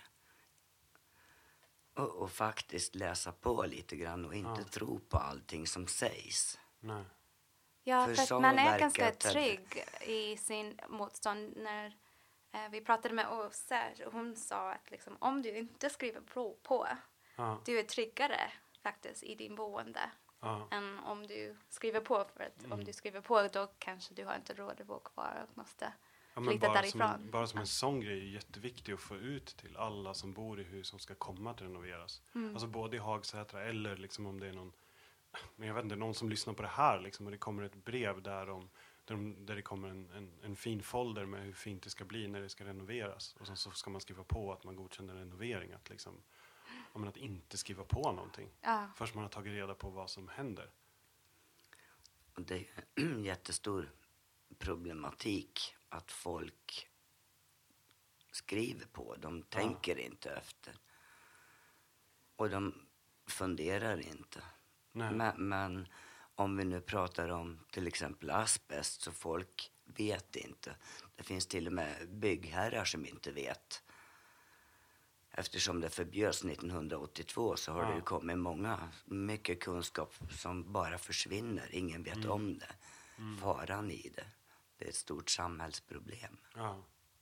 Och faktiskt läsa på lite grann och inte tro på allting som sägs. Nej. Ja, för att man är ganska verkar- trygg i sin motstånd. När vi pratade med Åsa, hon sa att liksom, om du inte skriver på du är tryggare. faktiskt i din boende Ja. än om du skriver på. För att om du skriver på då kanske du har inte råd att bo kvar och måste Ja, men flytta bara därifrån. bara som en sån grej är jätteviktig att få ut till alla som bor i hus som ska komma att renoveras. Alltså både i Hagsätra eller liksom om det är någon, men jag vet inte, någon som lyssnar på det här liksom, och det kommer ett brev där det kommer en fin folder med hur fint det ska bli när det ska renoveras. Och så ska man skriva på att man godkänner renovering. Att, liksom, att inte skriva på någonting. Ja. Först man har tagit reda på vad som händer. Och det är en jättestor problematik att folk skriver på. De tänker inte efter. Och de funderar inte. Nej. Men om vi nu pratar om till exempel asbest, så folk vet inte. Det finns till och med byggherrar som inte vet. Eftersom det förbjöds 1982 så har det ju kommit mycket kunskap som bara försvinner. Ingen vet om det. Faran i det. Det är ett stort samhällsproblem. Ja.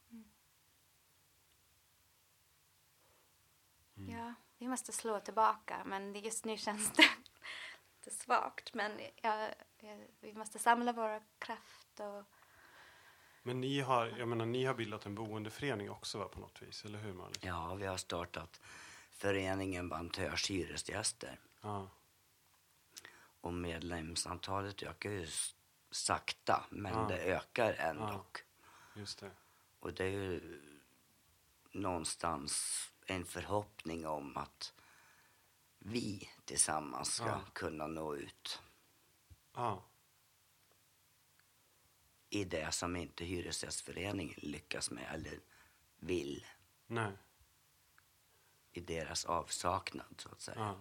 Ja, vi måste slå tillbaka, men just nu känns det lite svagt. Men vi måste samla våra kraft och... Men ni har bildat en boendeförening också, va, på något vis, eller hur, Malin? Ja, vi har startat föreningen Vantörs hyresgäster. Ja. Och medlemsantalet ökar ju sakta, men det ökar ändå. Just det. Och det är ju någonstans en förhoppning om att vi tillsammans ska kunna nå ut Ja. i det som inte hyresgästföreningen lyckas med eller vill. Nej. I deras avsaknad, så att säga. Ja.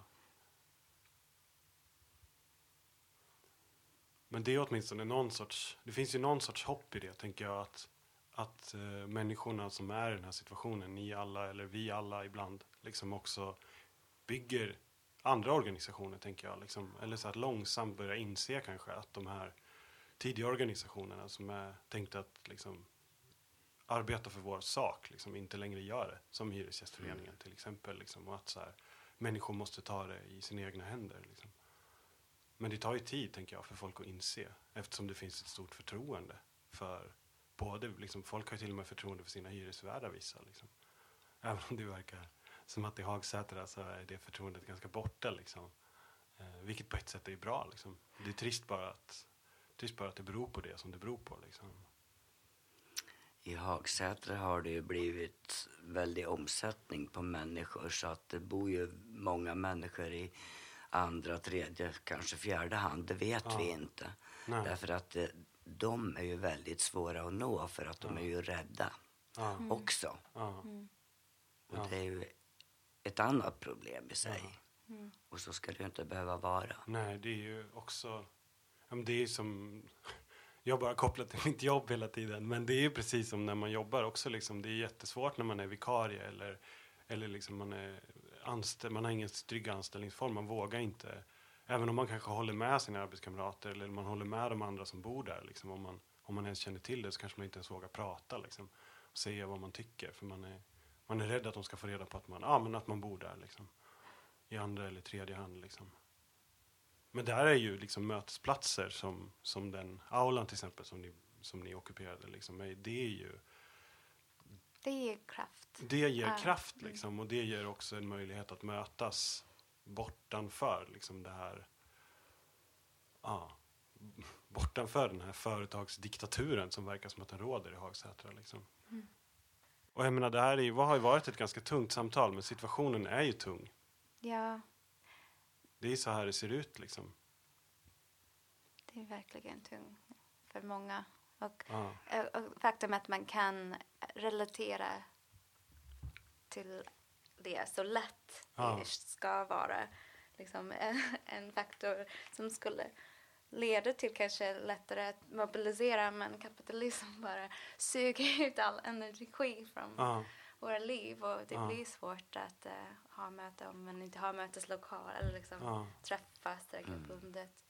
Men det är åtminstone det finns ju någon sorts hopp i det, tänker jag, att människorna som är i den här situationen, ni alla eller vi alla ibland, liksom också bygger andra organisationer, tänker jag, liksom, eller så att långsamt börja inse kanske att de här tidiga organisationerna som är tänkta att liksom arbeta för vår sak, liksom inte längre gör det, som Hyresgästföreningen till exempel, liksom, och att så här, människor måste ta det i sina egna händer, liksom. Men det tar ju tid, tänker jag, för folk att inse, eftersom det finns ett stort förtroende för både, liksom, folk har ju till och med förtroende för sina hyresvärdar, vissa, liksom. Även om det verkar som att i Hagsätra så är det förtroendet ganska borta, liksom. Vilket på ett sätt är bra, liksom. Det är trist bara att det beror på det som det beror på, liksom. I Hagsätra har det ju blivit väldigt omsättning på människor, så att det bor ju många människor i andra, tredje, kanske fjärde hand. Det vet vi inte. Nej. Därför att de är ju väldigt svåra att nå, för att de är ju rädda också. Och det är ju ett annat problem i sig. Och så ska det ju inte behöva vara. Nej, det är ju också... Det är som... Jag bara kopplat till mitt jobb hela tiden. Men det är ju precis som när man jobbar också. Liksom, det är jättesvårt när man är vikarie eller liksom man är anställd. Man har ingen trygg anställningsform. Man vågar inte... Även om man kanske håller med sina arbetskamrater eller man håller med de andra som bor där. Liksom, om man ens känner till det så kanske man inte ens vågar prata. Liksom, och säga vad man tycker. För man är rädd att de ska få reda på att man bor där. Liksom, i andra eller tredje hand, liksom. Men där är ju liksom mötesplatser som den aulan till exempel som ni ockuperade, liksom, det är ju... Det ger kraft. Det ger kraft, liksom, och det ger också en möjlighet att mötas bortanför, liksom, det här... bortanför den här företagsdiktaturen som verkar som att den råder i Hagsätra, liksom. Och jag menar, det här har ju varit ett ganska tungt samtal, men situationen är ju tung. Ja, Det är så här det ser ut, liksom. det är verkligen tungt för många. Och faktum att man kan relatera till det så lätt det ska vara liksom en faktor som skulle leda till kanske lättare att mobilisera, men kapitalism bara suger ut all energi från våra liv, och det blir svårt att ha möte om man inte har möteslokal eller liksom träffas regelbundet.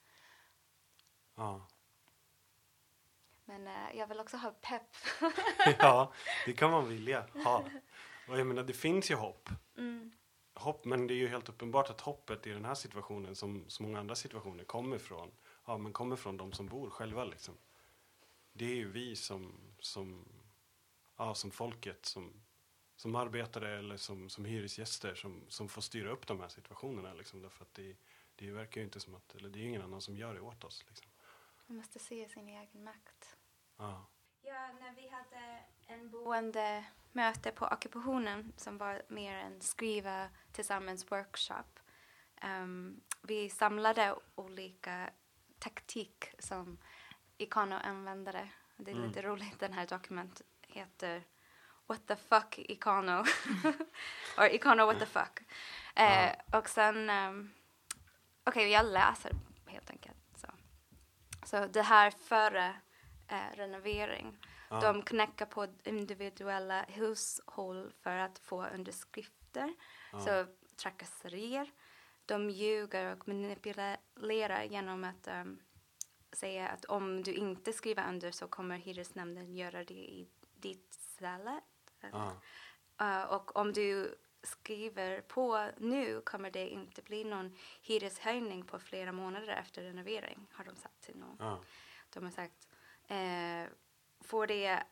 Men jag vill också ha pepp. Ja, det kan man vilja ha. Och jag menar, det finns ju hopp. Men det är ju helt uppenbart att hoppet i den här situationen, som så många andra situationer, kommer från de som bor själva liksom. Det är ju vi som folket, som arbetare eller som hyresgäster som får styra upp de här situationerna liksom, därför att det verkar ju inte som att, eller det är ingen annan som gör det åt oss liksom. Man måste se sin egen makt. Ja. Ja, när vi hade en boende möte på ockupationen som var mer en skriva tillsammans workshop. Vi samlade olika taktik som Ikano användare. Det är lite roligt, den här dokument heter What the fuck Ikano? Or Ikano what the fuck? Och sen, jag läser helt enkelt. Så det här före renovering. De knäcker på individuella hushåll för att få underskrifter. Så trakasserier. De ljuger och manipulerar genom att säga att om du inte skriver under så kommer hyresnämnden göra det i ditt ställe. Och om du skriver på nu kommer det inte bli någon hyreshöjning på flera månader efter renovering, har de sagt till någon. De har sagt får det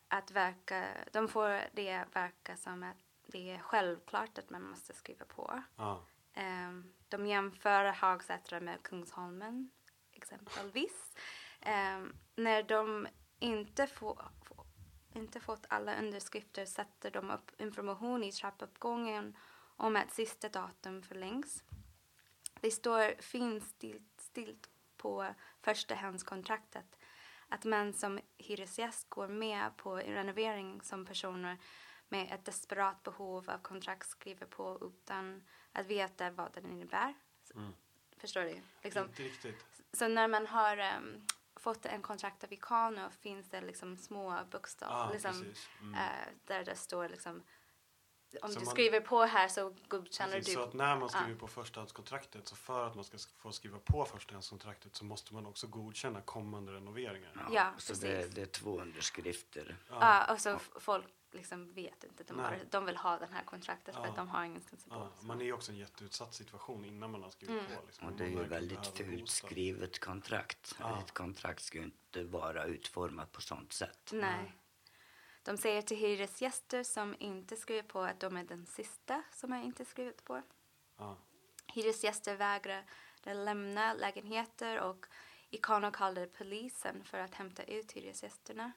verka som att det är självklart att man måste skriva på. De jämför Hagsätra med Kungsholmen exempelvis. När de inte fått alla underskrifter sätter de upp information i trappuppgången om att sista datum förlängs. Det står finstilt på förstahandskontraktet att man som hyresgäst går med på renovering som personer med ett desperat behov av kontrakt skriver på utan att veta vad den innebär. Förstår du? Liksom. Inte riktigt. Så när man har fått en kontrakt av Ikano finns det liksom små bokstäver där det står liksom om så du skriver på här så godkänner precis, du. Så att när man skriver på förstahandskontraktet, så för att man ska få skriva på förstahandskontraktet så måste man också godkänna kommande renoveringar. Ja, så precis. det är 2 underskrifter. Och så folk liksom vet inte. De vill ha den här kontraktet för att de har ingenstans att bo. Man är ju också i en jätteutsatt situation innan man har skrivit på. Liksom. Och det är ju väldigt fult skrivet kontrakt. Ett kontrakt ska ju inte vara utformat på sånt sätt. Nej. De säger till hyresgäster som inte skriver på att de är den sista som har inte skrivit på. Hyresgäster vägrar lämna lägenheter och Ikano kallade polisen för att hämta ut hyresgästerna.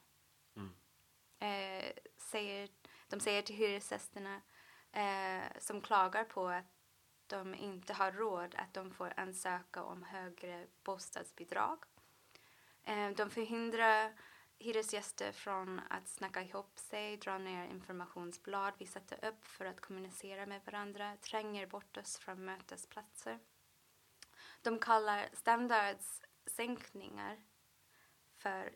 De säger till hyresgästerna som klagar på att de inte har råd att de får ansöka om högre bostadsbidrag. De förhindrar hyresgäster från att snacka ihop sig, dra ner informationsblad vi sätter upp för att kommunicera med varandra, tränger bort oss från mötesplatser. De kallar standardsänkningar för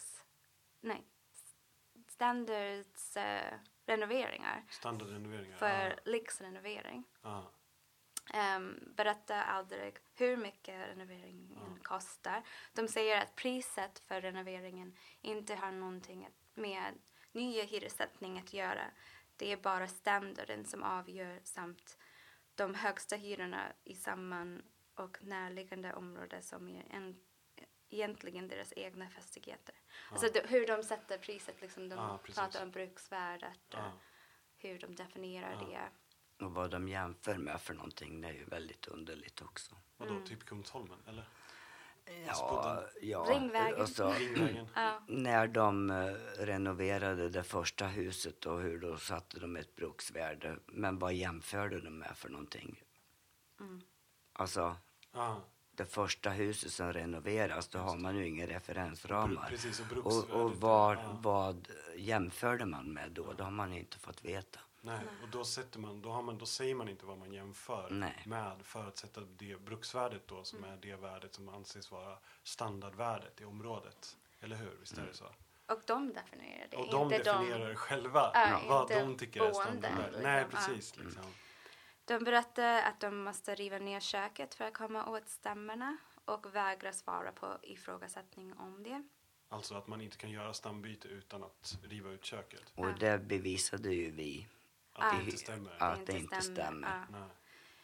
standardrenoveringar för lyxrenovering. Berättar aldrig hur mycket renoveringen kostar. De säger att priset för renoveringen inte har någonting med nya hyressättning att göra. Det är bara standarden som avgör samt de högsta hyrorna i samman och närliggande områden som är egentligen deras egna fastigheter. Alltså hur de sätter priset, liksom, de pratar om bruksvärdet, hur de definierar det. Och vad de jämför med för någonting, det är ju väldigt underligt också. Vadå, typ Kungsholmen, eller? Ja. Ringvägen. Och så, när de renoverade det första huset och hur då satte de ett bruksvärde. Men vad jämförde de med för någonting? Alltså, det första huset som renoveras, då har man ju inga referensramar. Precis, och vad jämförde man med då? Det har man inte fått veta. Nej, och då säger man inte vad man jämför med för att sätta det bruksvärdet då som är det värdet som anses vara standardvärdet i området. Eller hur? Visst är det så? Och de definierar det. Och de definierar själva vad de tycker är standardvärdet. Liksom. Nej, precis. Liksom. De berättar att de måste riva ner köket för att komma åt stämmorna och vägrar svara på ifrågasättning om det. Alltså att man inte kan göra stambyte utan att riva ut köket. Och det bevisade ju vi. Att det inte stämmer. Att det inte stämmer.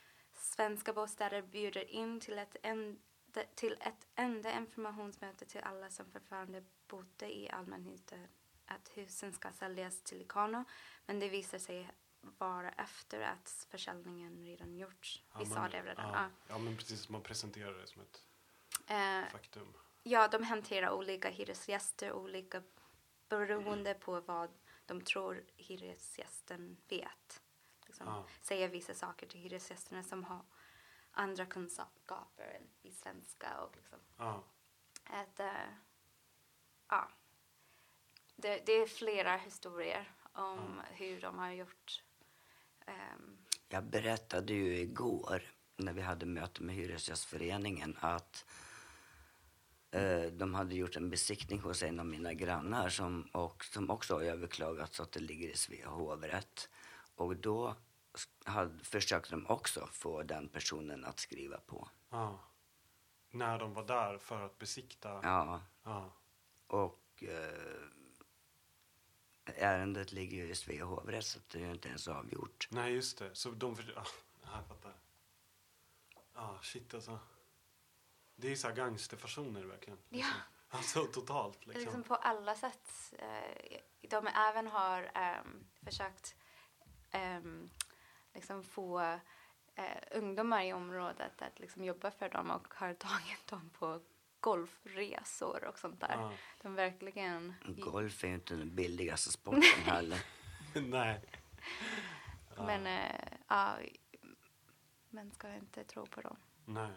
Svenska Bostäder bjuder in till ett enda informationsmöte till alla som fortfarande bodde i allmännyttan att husen ska säljas till Ikano. Men det visar sig vara efter att försäljningen redan gjorts. Vi sa det redan. Ja, men precis. Man presenterar det som ett faktum. Ja, de hanterar olika hyresgäster olika beroende på vad de tror hyresgästen vet. Liksom, säger vissa saker till hyresgästerna som har andra kunskaper i svenska. Och liksom, det är flera historier om hur de har gjort. Jag berättade ju igår när vi hade möte med Hyresgästföreningen att de hade gjort en besiktning hos en av mina grannar som också har överklagat så att det ligger i Svea hovrätt. Och då försökte de också få den personen att skriva på. När de var där för att besikta? Ja. Och ärendet ligger ju i Svea hovrätt så det är ju inte ens avgjort. Nej, just det. Så de... jag fattar. Shit alltså. Det är ju så här gangsterfasoner verkligen. Ja. Alltså totalt Liksom på alla sätt. De även har försökt liksom få ungdomar i området att liksom jobba för dem och har tagit dem på golfresor och sånt där. De verkligen... Golf är ju inte den billigaste sporten heller. Nej. Men man ska inte tro på dem. Nej.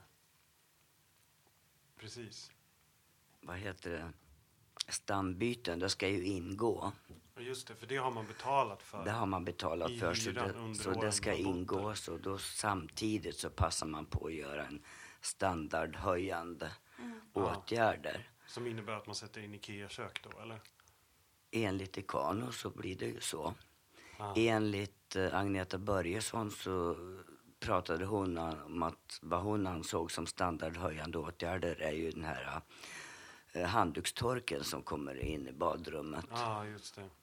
Precis. Vad heter det? Stambyten, det ska ju ingå. Just det, för det har man betalat för. Det har man betalat för, så det ska ingå. Så då samtidigt så passar man på att göra en standardhöjande åtgärder. Som innebär att man sätter in Ikea-kök då, eller? Enligt Ikano så blir det ju så. Enligt Agneta Börjesson så pratade hon om att vad hon ansåg som standardhöjande åtgärder är ju den här handdukstorken som kommer in i badrummet. Ja, just det.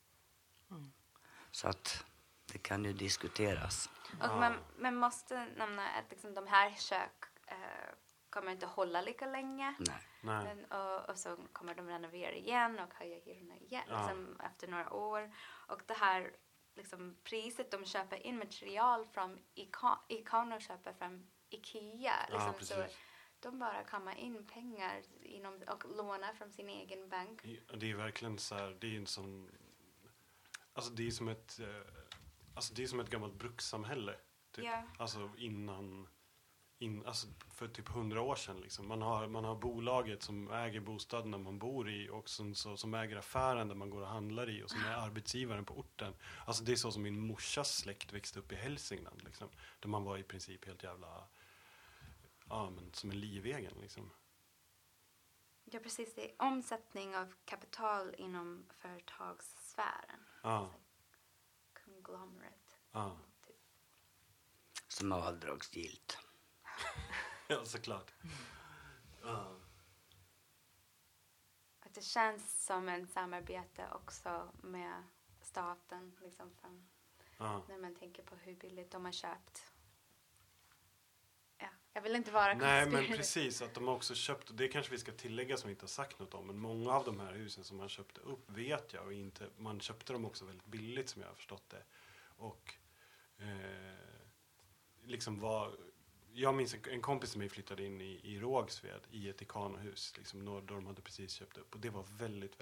Så att det kan ju diskuteras. Och man måste nämna att liksom, de här kök kommer inte hålla lika länge. Nej. Och så kommer de renovera igen och höja hyrorna igen liksom, efter några år. Och det här liksom, priset de köper in material från Ikano köper från Ikea. Liksom, så de bara kammar in pengar och lånar från sin egen bank. Det är verkligen så här, det är en sån... Alltså det är som ett gammalt brukssamhälle. Typ. Ja. Alltså alltså för typ 100 år sedan liksom. Man har bolaget som äger bostaden man bor i och som äger affären där man går och handlar i och som är arbetsgivaren på orten. Alltså det är så som min morsas släkt växte upp i Hälsingland liksom. Där man var i princip helt jävla men som en livegen liksom. Ja, precis. Det är omsättning av kapital inom företagssfären. Alltså, conglomerate. Typ. Som är avdragsgillt. Ja, såklart. Att det känns som en samarbete också med staten. Liksom, när man tänker på hur billigt de har köpt. Ja, jag vill inte vara Nej, men precis. Att de har också köpt, och det kanske vi ska tillägga som vi inte har sagt något om, men många av de här husen som man köpte upp vet jag, och man köpte dem också väldigt billigt som jag har förstått det. Och jag minns en kompis som flyttade in i Rågsved i ett Ikano-hus liksom, då de hade precis köpt upp, och det var väldigt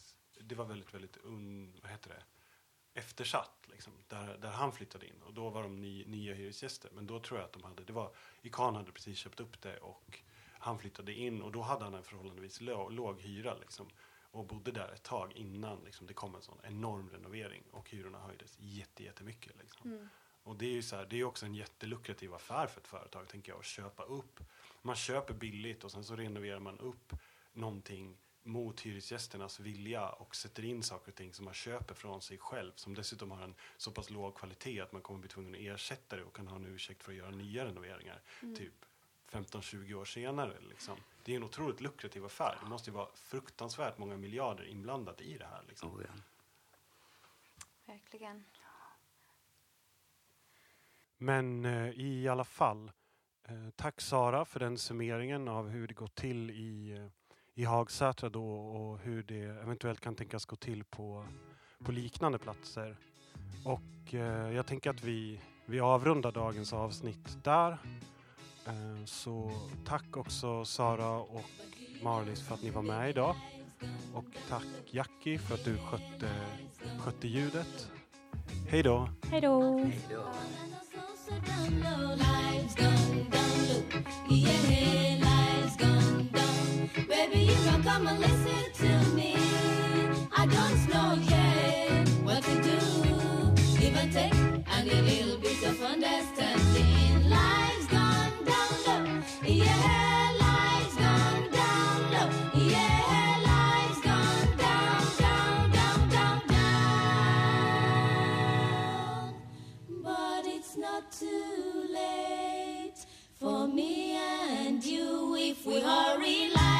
eftersatt liksom, där han flyttade in, och då var de nya hyresgäster, men då tror jag att Ikano hade precis köpt upp det och han flyttade in, och då hade han en förhållandevis låg hyra liksom, och bodde där ett tag innan liksom, det kom en sån enorm renovering och hyrorna höjdes jättemycket liksom. Och det är ju så här, det är också en jättelukrativ affär för ett företag, tänker jag, att köpa upp. Man köper billigt och sen så renoverar man upp någonting mot hyresgästernas vilja och sätter in saker och ting som man köper från sig själv, som dessutom har en så pass låg kvalitet att man kommer bli tvungen att ersätta det och kan ha en ursäkt för att göra nya renoveringar typ 15-20 år senare liksom. Det är en otroligt lukrativ affär. Det måste ju vara fruktansvärt många miljarder inblandat i det här liksom. Verkligen. Men i alla fall, tack Sara för den summeringen av hur det går till i Hagsätra då och hur det eventuellt kan tänkas gå till på liknande platser. Och jag tänker att vi avrundar dagens avsnitt där. Så tack också Sara och Marlies för att ni var med idag. Och tack Jackie för att du skötte ljudet. Hej då! Hej då! Baby, you can come and listen to me. I don't know yet what to do. Give and take and a little bit of understanding. Life's gone down low. Yeah, life's gone down low. Yeah, life's gone down, down, down, down, down. But it's not too late for me and you if we hurry.